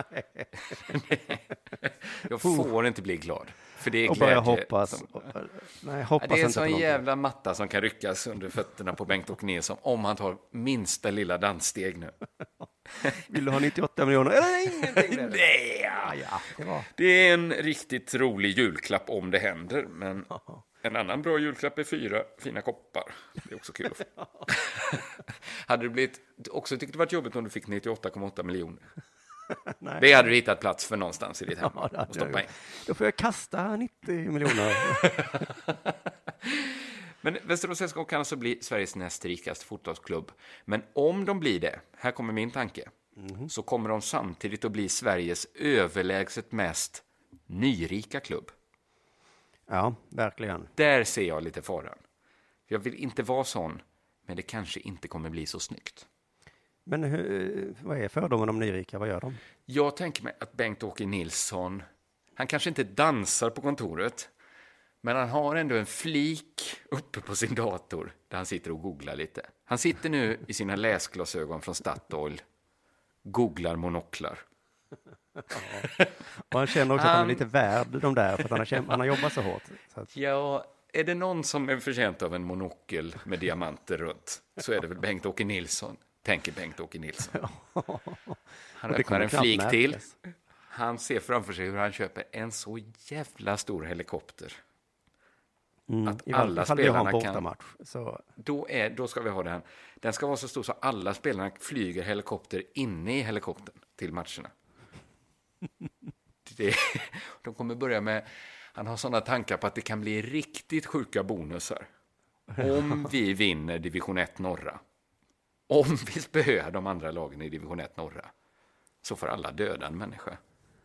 Jag får inte bli glad. För det är och glädje. Och hoppas det är en inte sån jävla matta som kan ryckas under fötterna på Bengt-Åke Nilsson om han tar minsta lilla danssteg nu. Vill du ha 98 miljoner? Eller ingenting? Det är en riktigt rolig julklapp om det händer. Men en annan bra julklapp är 4 fina koppar. Det är också kul. Hade du också tyckt det varit jobbigt om du fick 98,8 miljoner? Nej. Det hade du hittat plats för någonstans i ditt hem. Och stoppa in. Då får jag kasta 90 miljoner. Men Västerås SK kan alltså bli Sveriges näst rikaste fotbollsklubb. Men om de blir det, här kommer min tanke, så kommer de samtidigt att bli Sveriges överlägset mest nyrika klubb. Ja, verkligen. Där ser jag lite faran. Jag vill inte vara sån, men det kanske inte kommer bli så snyggt. Men vad är fördomen om nyrika? Vad gör de? Jag tänker mig att Bengt-Åke Nilsson, han kanske inte dansar på kontoret, men han har ändå en flik uppe på sin dator där han sitter och googlar lite. Han sitter nu i sina läsglasögon från Statoil, googlar monoklar. Ja. Och han känner också att han är lite värd de där, för att han har jobbat så hårt. Så att... Ja, är det någon som är förtjänt av en monokel med diamanter runt så är det väl Bengt-Åke Nilsson, tänker Bengt-Åke Nilsson. Han öppnar en flik till. Han ser framför sig hur han köper en så jävla stor helikopter. Att alla spelarna kan... Så... Då ska vi ha den. Den ska vara så stor så alla spelarna flyger helikopter inne i helikoptern till matcherna. De kommer börja med... Han har sådana tankar på att det kan bli riktigt sjuka bonusar. Om vi vinner division 1 norra. Om vi spöar de andra lagen i division 1 norra. Så får alla döda en människa.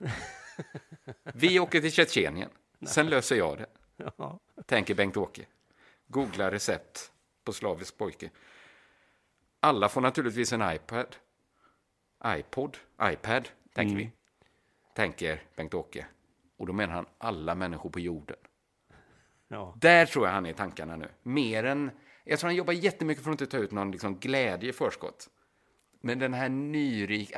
Vi åker till Tjetjenien. Sen löser jag det. Ja. Tänker Bengt-Åke. Googla recept på slavisk pojke. Alla får naturligtvis en iPad, tänker vi. Tänker Bengt-Åke. Och då menar han alla människor på jorden. Ja. Där tror jag han är i tankarna nu. Mer än... Jag tror han jobbar jättemycket för att inte ta ut någon liksom glädje i förskott. Men den här nyrik...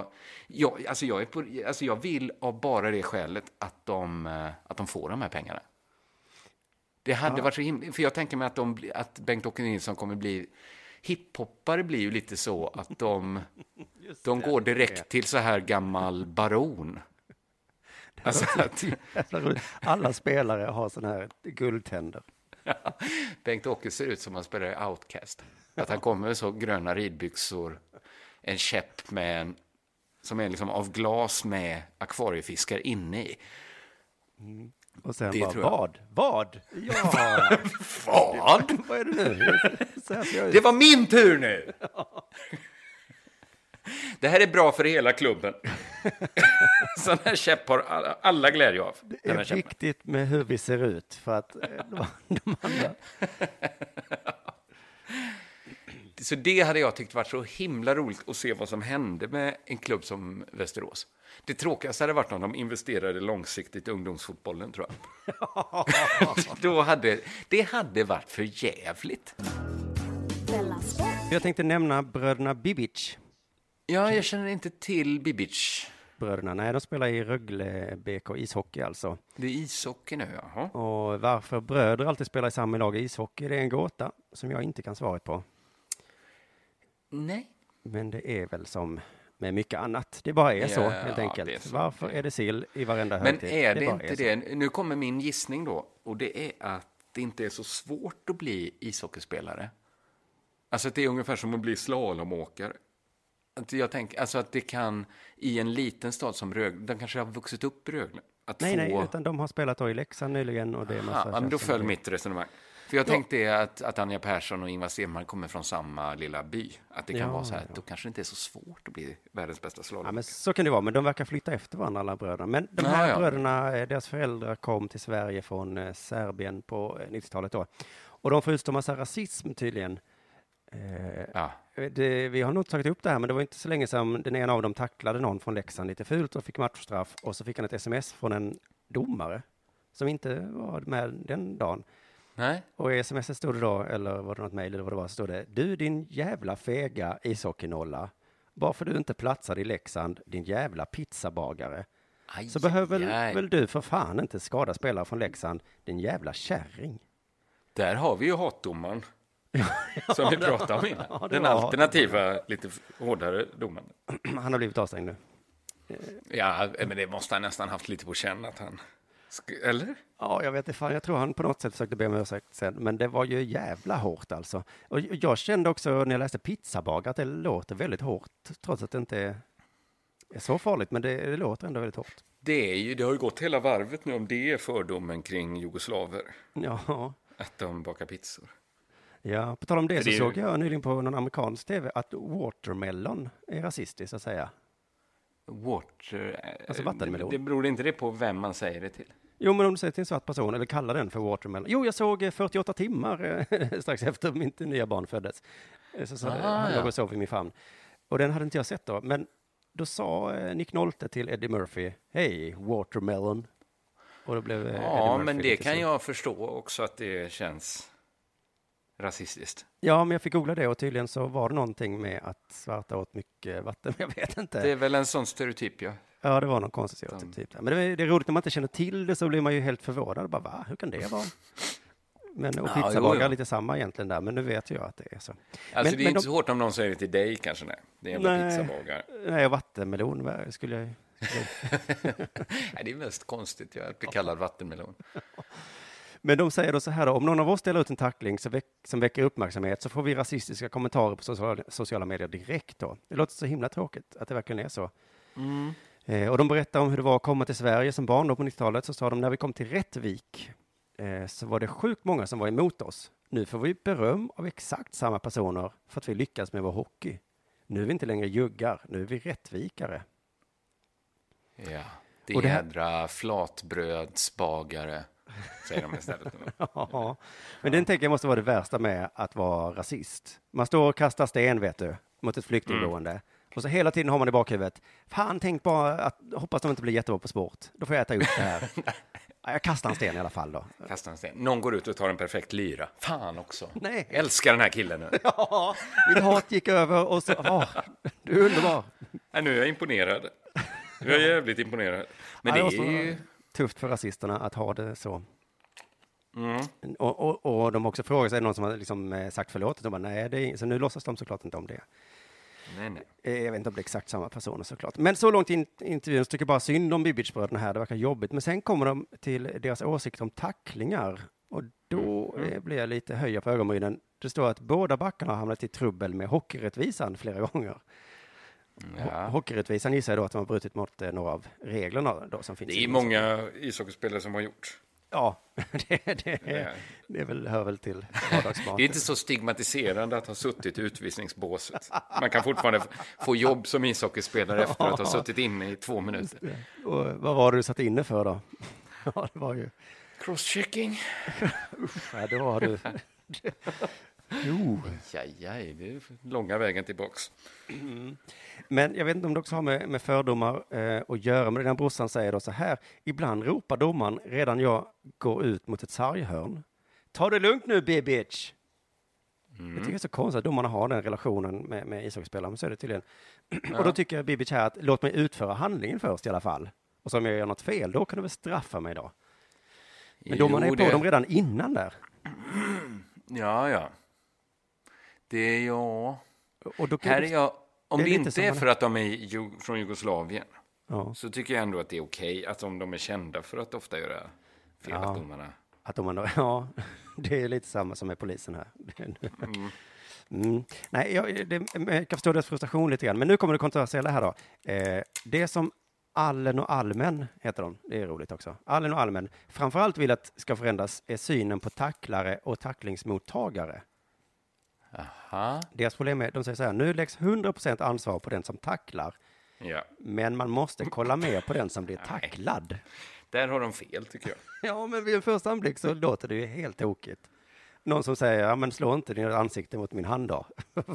jag vill av bara det skälet att de får de här pengarna. Det hade varit så himla... För jag tänker mig att Bengt-Åke Nilsson kommer bli... Hiphoppare blir ju lite så att de går direkt till så här gammal baron. Alltså alla spelare har såna här guldtänder. Bengt-Åke ser ut som han spelar i Outcast. Att han kommer med så gröna ridbyxor, en käpp med som är liksom av glas med akvariefiskar inne i. Mm. Och sen det bara, vad? Ja! Vad? Vad är det nu? Det var min tur nu! Det här är bra för hela klubben. Sån här käpp har alla glädje av. Det är viktigt med hur vi ser ut för att de andra... Så det hade jag tyckt varit så himla roligt att se vad som hände med en klubb som Västerås. Det tråkigaste hade varit om de investerade långsiktigt i ungdomsfotbollen, tror jag. Det hade varit för jävligt. Jag tänkte nämna bröderna Bibic. Ja, jag känner inte till Bibic. Bröderna, nej, de spelar i Rögle BK ishockey alltså. Det är ishockey nu, jaha. Och varför bröder alltid spelar i samma lag i ishockey, det är en gåta som jag inte kan svaret på. Nej. Men det är väl som med mycket annat. Det bara är så, helt enkelt. Är så. Varför är det sill i varenda högtid? Men är det inte det? Nu kommer min gissning då. Och det är att det inte är så svårt att bli ishockeyspelare. Alltså att det är ungefär som att bli slalomåkare. Att jag tänker, alltså att det kan i en liten stad som Rögle, de kanske har vuxit upp i Rögle. Nej, utan de har spelat då i Leksand nyligen. Och det är men då föll mitt resonemang. För jag tänkte att Anja Persson och Ingvar Stenmark kommer från samma lilla by. Att det kan vara så här, då kanske det inte är så svårt att bli världens bästa slalom. Ja, men så kan det vara, men de verkar flytta efter varandra, alla bröderna. Men de här bröderna, deras föräldrar kom till Sverige från Serbien på 90-talet då. Och de får utstå massa rasism tydligen. Vi har nog tagit upp det här, men det var inte så länge sedan den ena av dem tacklade någon från Leksand lite fult och fick matchstraff. Och så fick han ett sms från en domare som inte var med den dagen. Nej. Och i sms stod det då, eller var det något mejl eller vad det var, så stod det: du din jävla fega ishockeynolla, varför du inte platsar i Leksand, din jävla pizzabagare. Så behöver väl du för fan inte skada spelare från Leksand, din jävla kärring. Där har vi ju hatdomaren. Som vi pratade om innan. Den alternativa, lite hårdare domaren. Han har blivit avstängd nu. Ja, men det måste han nästan haft lite på känn att han... Eller? Ja, jag vet inte fan. Jag tror han på något sätt försökte be om ursäkt sen. Men det var ju jävla hårt alltså. Och jag kände också när jag läste pizzabagare att det låter väldigt hårt. Trots att det inte är så farligt. Men det låter ändå väldigt hårt. Det har ju gått hela varvet nu om det är fördomen kring jugoslaver. Ja. Att de bakar pizzor. Ja, på tal om det så såg jag nyligen på någon amerikansk tv att watermelon är rasistiskt, så att säga. Alltså vattenmelon. Det beror inte det på vem man säger det till? Jo, men om du säger till en svart person eller kallar den för watermelon. Jo, jag såg 48 timmar strax efter mitt nya barn föddes. Så han låg och sov i min famn. Och den hade inte jag sett då. Men då sa Nick Nolte till Eddie Murphy: hej, watermelon. Och då blev Eddie men det kan jag förstå också att det känns... rasistiskt. Ja, men jag fick googla det och tydligen så var det någonting med att svarta åt mycket vatten. Jag vet inte. Det är väl en sån stereotyp, ja. Ja, det var någon konstig stereotyp. Men det är roligt när man inte känner till det, så blir man ju helt förvånad. Bara, va? Hur kan det vara? Men och pizzabagare lite samma egentligen där, men nu vet jag att det är så. Alltså det är inte så hårt om någon säger det till dig kanske, nej. Det är en pizzabagare. Nej, och vattenmelon skulle jag... Nej, det är mest konstigt att bli kallad vattenmelon. Men de säger då så här då: om någon av oss delar ut en tackling som väcker uppmärksamhet så får vi rasistiska kommentarer på sociala medier direkt då. Det låter så himla tråkigt att det verkligen är så. Och de berättar om hur det var att komma till Sverige som barn då på 90-talet. Så sa de, när vi kom till Rättvik så var det sjukt många som var emot oss. Nu får vi beröm av exakt samma personer för att vi lyckas med vår hockey. Nu är vi inte längre juggar, nu är vi rättvikare. Ja, det jädra flatbrödsbagare, säger de istället. Ja, men den tänker jag måste vara det värsta med att vara rasist. Man står och kastar sten, vet du, mot ett flyktingboende. Och så hela tiden har man i bakhuvudet: fan, tänk bara att hoppas de inte blir jättebra på sport. Då får jag äta upp det här. Jag kastar en sten i alla fall då. Kastar en sten. Någon går ut och tar en perfekt lyra. Fan också. Nej. Älskar den här killen nu. Ja, mitt hat gick över och så, du är underbar. Ja, nu är jag imponerad. Nu är jag jävligt imponerad. Men det är ju tufft för rasisterna att ha det så. Och de också frågar sig, någon som har liksom sagt förlåt, de bara, nej, så nu låtsas de såklart inte om det. Nej. Jag vet inte om det är exakt samma personer såklart. Men så långt in intervjun så tycker jag bara synd om Bibic-bröderna här. Det verkar jobbigt. Men sen kommer de till deras åsikter om tacklingar. Och då blir jag lite höja på ögonbrynen. Det står att båda backarna har hamnat i trubbel med hockeyrättvisan flera gånger. Ja. Hockeyrättvisan gissar jag då att de har brutit mot några av reglerna då som finns. Det är många ishockeyspelare som har gjort. Ja, hör väl till vardagsmat. Det är inte så stigmatiserande att ha suttit i utvisningsbåset. Man kan fortfarande få jobb som ishockeyspelare efter att ha suttit inne i 2 minuter. Och vad var det du satt inne för då? Ja, det var ju... Crosschecking. Ja, det var du. Jajaj, det är långa vägen tillbaks. Men jag vet inte om det också har med fördomar att göra. Men den brorsan säger då så här. Ibland ropar domaren redan jag går ut mot ett sarghörn. Ta det lugnt nu, bitch. Jag tycker det är så konstigt att domarna har den relationen med ishockeyspelare. Men så är det tydligen. Och då tycker Bibic här att låt mig utföra handlingen först i alla fall. Och så om jag gör något fel, då kan du väl straffa mig då. Men domarna är på dem redan innan där. Ja. Det är jag. Och då här är jag. Om det inte är för att de är från Jugoslavien så tycker jag ändå att det är okej att om de är kända för att ofta göra fel att domarna. Ja, det är lite samma som med polisen här. Nej, jag kan förstå deras frustration lite grann. Men nu kommer det kontroversiella här då. Det som Allen och Almen heter de. Det är roligt också. Allen och Almen framförallt vill att ska förändras är synen på tacklare och tacklingsmottagare. Aha. Deras problem är, de säger så här, nu läggs 100% ansvar på den som tacklar. Ja. Men man måste kolla mer på den som blir tacklad. Där har de fel, tycker jag. Ja, men vid en första anblick så låter det ju helt tokigt. Någon som säger, ja men slå inte din ansikte mot min hand då.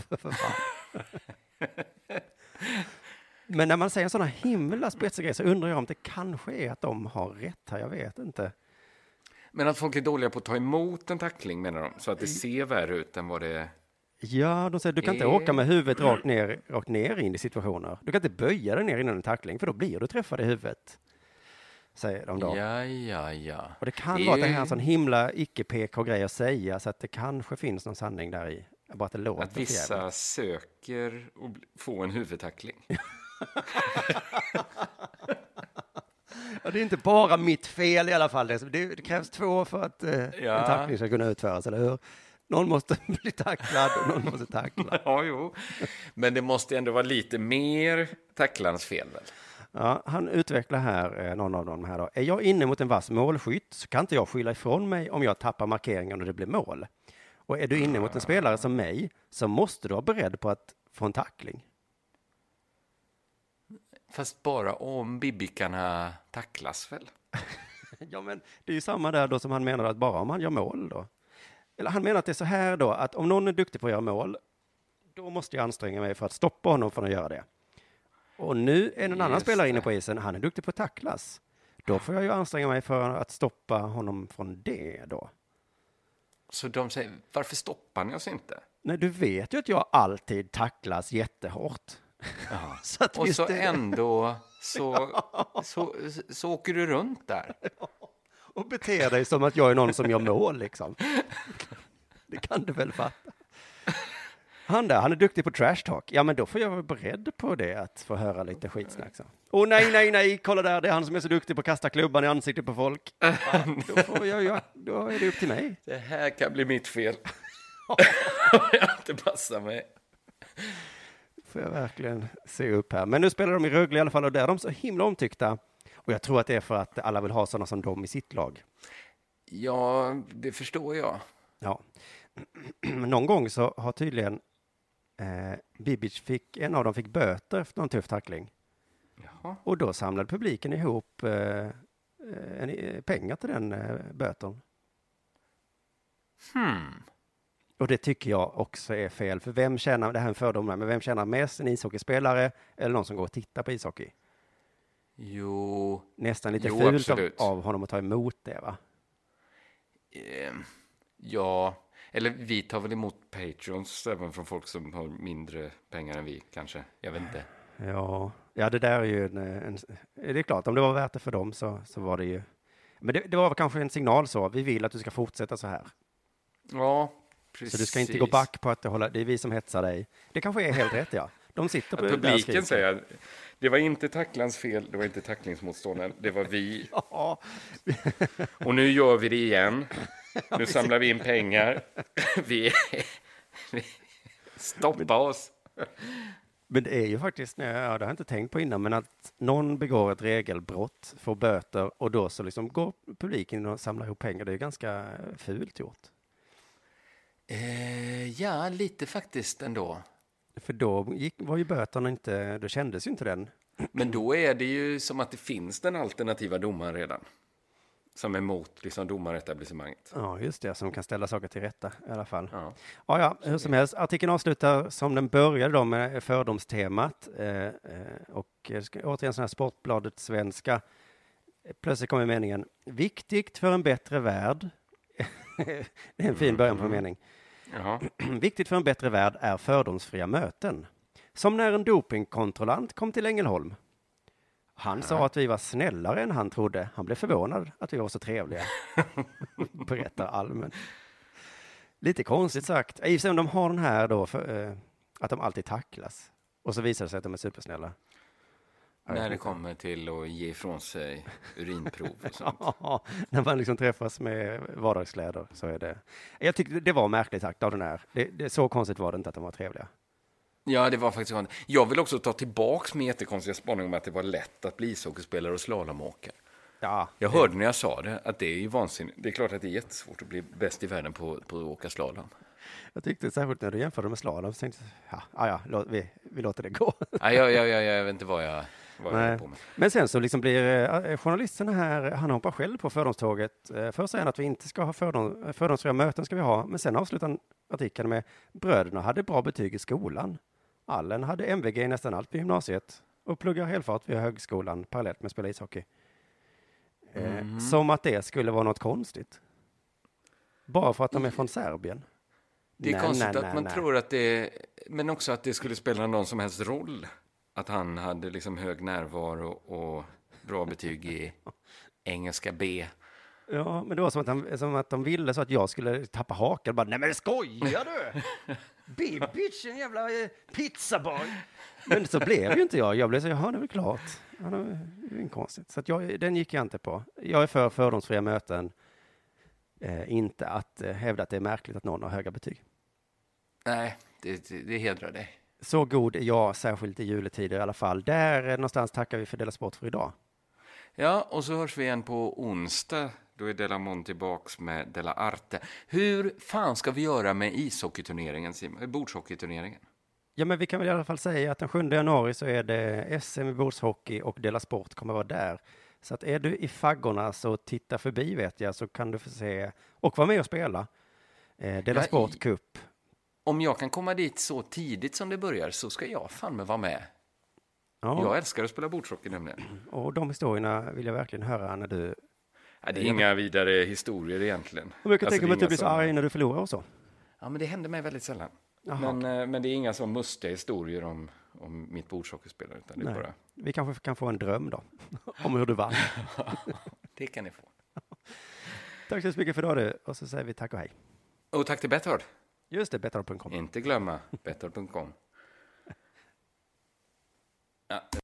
Men när man säger en sån här himla spetsig grej så undrar jag om det kanske är att de har rätt här, jag vet inte. Men att folk är dåliga på att ta emot en tackling, menar de, så att det ser värre ut än vad det är. Ja, de säger du kan inte åka med huvudet rakt ner in i situationer. Du kan inte böja dig ner innan en tackling, för då blir du träffad i huvudet. Säger de då. Ja. Och det kan vara att det här är en sån himla icke-PK-grej att säga, så att det kanske finns någon sanning där i. Bara att det låter att vissa söker att få en huvudtackling. Ja, det är inte bara mitt fel i alla fall. Det krävs 2 för att en tackling ska kunna utföras, eller hur? Någon måste bli tacklad och någon måste tackla. Ja, jo. Men det måste ändå vara lite mer tacklarens fel, väl? Ja, han utvecklar här, någon av dem här då. Är jag inne mot en vass målskytt så kan inte jag skylla ifrån mig om jag tappar markeringen och det blir mål. Och är du inne mot en spelare som mig så måste du vara beredd på att få en tackling. Fast bara om bibbikarna tacklas väl? Ja, men det är ju samma där då som han menar att bara om han gör mål då. Eller han menar att det är så här då, att om någon är duktig på att göra mål, då måste jag anstränga mig för att stoppa honom från att göra det. Och nu är en annan spelare inne på isen, han är duktig på att tacklas. Då får jag ju anstränga mig för att stoppa honom från det då. Så de säger, varför stoppar ni oss inte? Nej, du vet ju att jag alltid tacklas jättehårt. Så att och så ändå så åker du runt där. Och beter dig som att jag är någon som gör mål liksom. Det kan du väl fatta. Han är duktig på trash talk. Ja, men då får jag vara beredd på det, att få höra lite skitsnack. Åh nej, kolla där, det är han som är så duktig på att kasta klubban i ansiktet på folk. Ja, då är det upp till mig. Det här kan bli mitt fel. Jag inte passar mig. Får jag verkligen se upp här. Men nu spelar de i Rögle i alla fall, och där är de så himla omtyckta. Och jag tror att det är för att alla vill ha sådana som de i sitt lag. Ja, det förstår jag. Ja. Men någon gång så har tydligen Bibic en av dem fick böter efter någon tuff tackling. Jaha. Och då samlade publiken ihop pengar till den böten. Och det tycker jag också är fel. För vem tjänar, det här är en fördom, men vem tjänar mest, en ishockeyspelare eller någon som går och tittar på ishockey? Jo. Nästan lite fult av honom att ta emot det, va? Ja, eller vi tar väl emot patrons även från folk som har mindre pengar än vi, kanske. Jag vet inte. Ja, det där är ju det är klart, om det var värt det för dem så var det ju. Men det var kanske en signal så. Vi vill att du ska fortsätta så här. Ja, precis. Så du ska inte gå back på att det är vi som hetsar dig. Det kanske är helt rätt, ja. De sitter på publiken säger det var inte tacklans fel, det var inte tacklingsmotståndaren, det var vi. Ja. Och nu gör vi det igen. Nu samlar vi in pengar. vi stoppa oss. Men det är ju faktiskt, det har jag inte tänkt på innan, men att någon begår ett regelbrott, får böter och då så liksom går publiken och samlar ihop pengar. Det är ju ganska fult gjort. Ja, lite faktiskt ändå. För då var ju böterna inte, då kändes ju inte den. Men då är det ju som att det finns den alternativa domaren redan. Som är emot liksom domaretablissemanget. Ja, just det. Som kan ställa saker till rätta i alla fall. Ja, hur som helst. Artikeln avslutar som den började då med fördomstemat. Och återigen sån här Sportbladet svenska. Plötsligt kommer meningen. Viktigt för en bättre värld. Det är en fin början på en mening. Viktigt för en bättre värld är fördomsfria möten. Som när en dopingkontrollant kom till Ängelholm. Han sa att vi var snällare än han trodde. Han blev förvånad att vi var så trevliga. Berättar allmänt. Lite konstigt sagt. I och för sig om de har den här då, att de alltid tacklas. Och så visar det sig att de är supersnälla. När det kommer till att ge ifrån sig urinprov och sånt. Ja, när man liksom träffas med vardagskläder så är det. Jag tyckte det var märkligt sagt av den här. Det så konstigt var det inte att de var trevliga. Ja, det var faktiskt konstigt. Jag vill också ta tillbaks med jättekonstiga spaning om att det var lätt att bli ishockeyspelare och slalomåkare. Ja, jag hörde när jag sa det att det är ju vansinnigt. Det är klart att det är jättesvårt att bli bäst i världen på att åka slalom. Jag tyckte särskilt när du jämförde med slalom så tänkte jag, vi låter det gå. Jag vet inte vad jag är på med. Men sen så liksom blir journalisterna här, han hoppar själv på fördomståget. Först säger han att vi inte ska ha fördomsfria möten ska vi ha, men sen avslutar artikeln med bröderna hade bra betyg i skolan. Allen hade MVG i nästan allt på gymnasiet och pluggar helfart vid högskolan parallellt med att spela ishockey. Som att det skulle vara något konstigt. Bara för att de är från Serbien. Det är konstigt att man tror att det, men också att det skulle spela någon som helst roll. Att han hade liksom hög närvaro och bra betyg i engelska B. Ja, men det var som att de ville så att jag skulle tappa hakan. Bara, nej men skojar du? Bitch, en jävla pizzaboy. Men så blev ju inte jag. Jag blev så, jaha, det är väl klart. Ja, det är inte konstigt. Så att den gick jag inte på. Jag är för fördomsfria möten. Inte att hävda att det är märkligt att någon har höga betyg. Nej, det hedrar dig. Så god är jag, särskilt i juletider i alla fall. Där någonstans tackar vi för Della Sport för idag. Ja, och så hörs vi igen på onsdag. Då är Della Mon tillbaks med Della Arte. Hur fan ska vi göra med ishockeyturneringen, Simon? Bordshockeyturneringen? Ja, men vi kan väl i alla fall säga att den 7 januari så är det SM i bordshockey och Della Sport kommer vara där. Så att är du i faggorna så titta förbi vet jag, så kan du få se och vara med och spela Della Sport Cup. Om jag kan komma dit så tidigt som det börjar så ska jag fan med vara med. Ja. Jag älskar att spela bordshockey nämligen. Och de historierna vill jag verkligen höra när du... Ja, det är inga vidare historier egentligen. Och jag kan tänka mig att du blir så arg när du förlorar och så. Ja, men det händer mig väldigt sällan. Men det är inga så mustiga historier om mitt bordshockeyspel. Utan det är bara... Vi kanske kan få en dröm då. Om hur du vann. Det kan ni få. Tack så mycket för idag du. Och så säger vi tack och hej. Och tack till Betthard. Just det, Betthard.com. Inte glömma Betthard.com. Ja.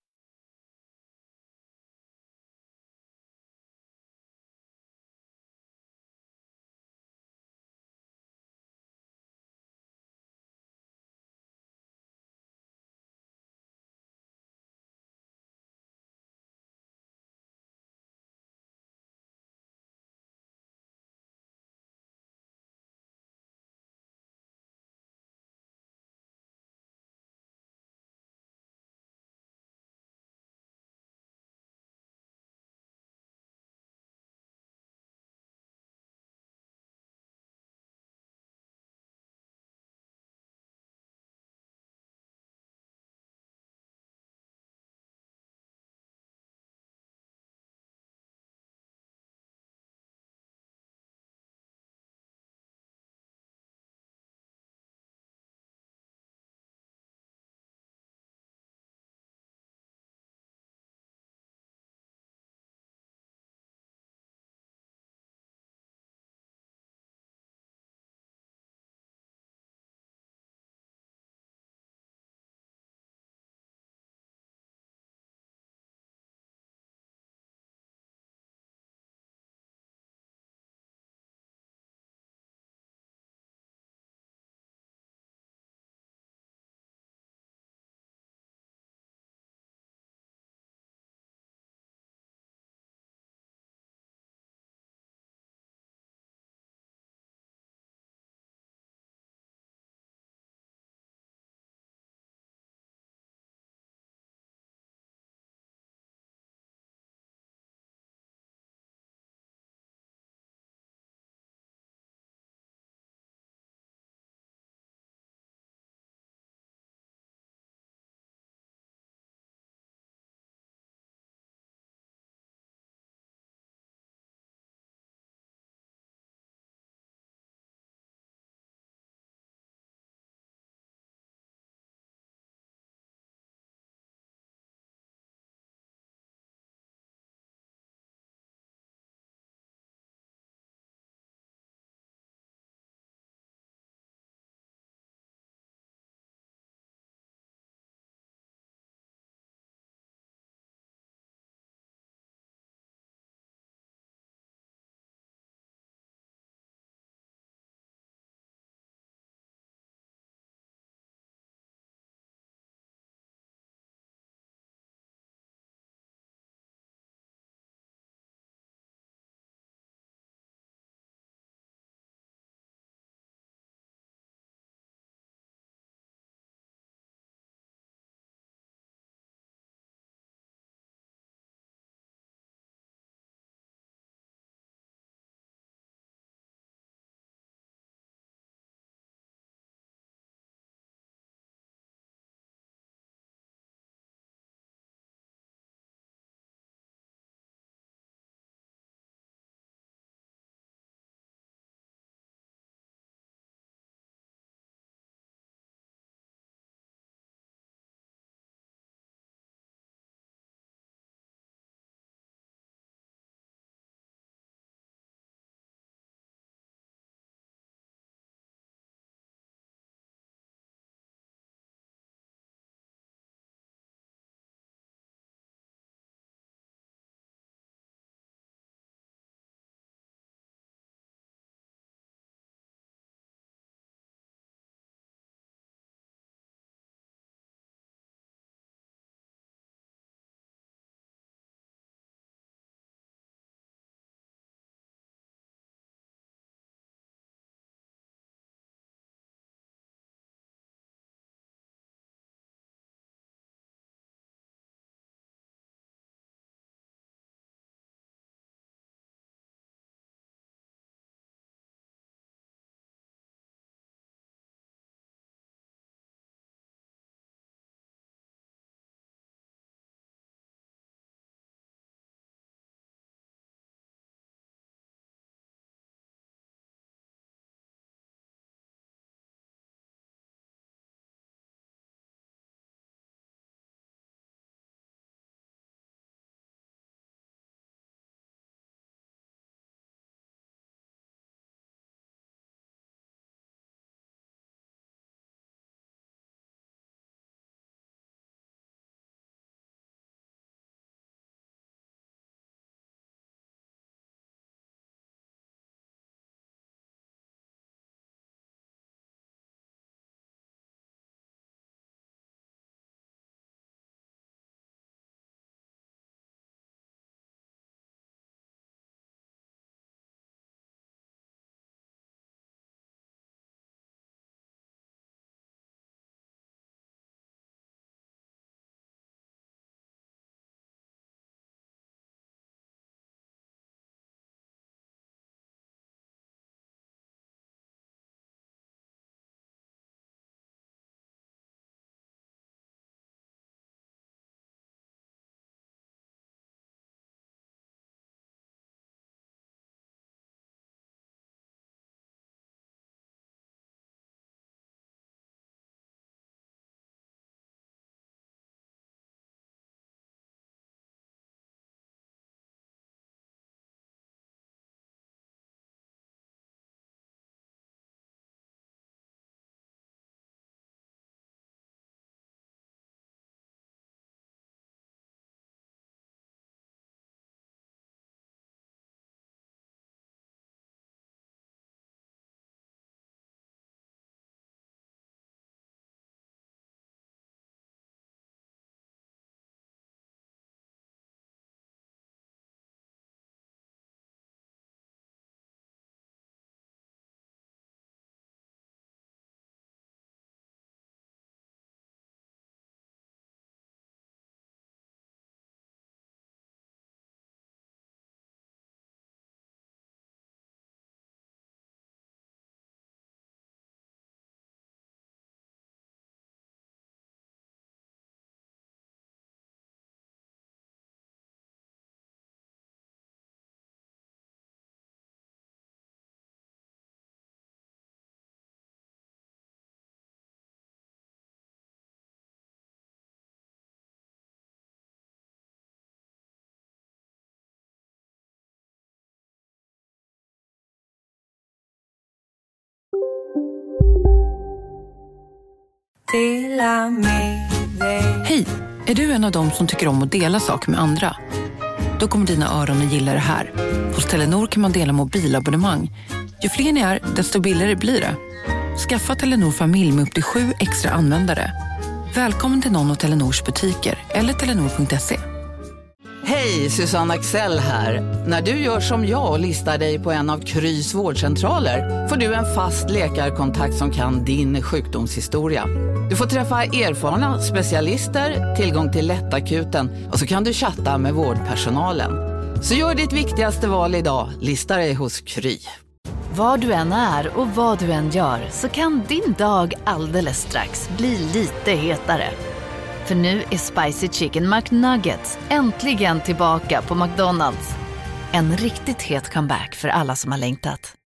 Hej, är du en av dem som tycker om att dela saker med andra? Då kommer dina öron att gilla det här. Hos Telenor kan man dela mobilabonnemang. Ju fler ni är, desto billigare blir det. Skaffa Telenor familj med upp till 7 extra användare. Välkommen till någon av Telenors butiker eller telenor.se. Hej, Susanne Axel här. När du gör som jag och listar dig på en av Krys vårdcentraler får du en fast läkarkontakt som kan din sjukdomshistoria. Du får träffa erfarna specialister, tillgång till lättakuten och så kan du chatta med vårdpersonalen. Så gör ditt viktigaste val idag, lista dig hos Kry. Var du än är och vad du än gör så kan din dag alldeles strax bli lite hetare. För nu är Spicy Chicken McNuggets äntligen tillbaka på McDonald's. En riktigt het comeback för alla som har längtat.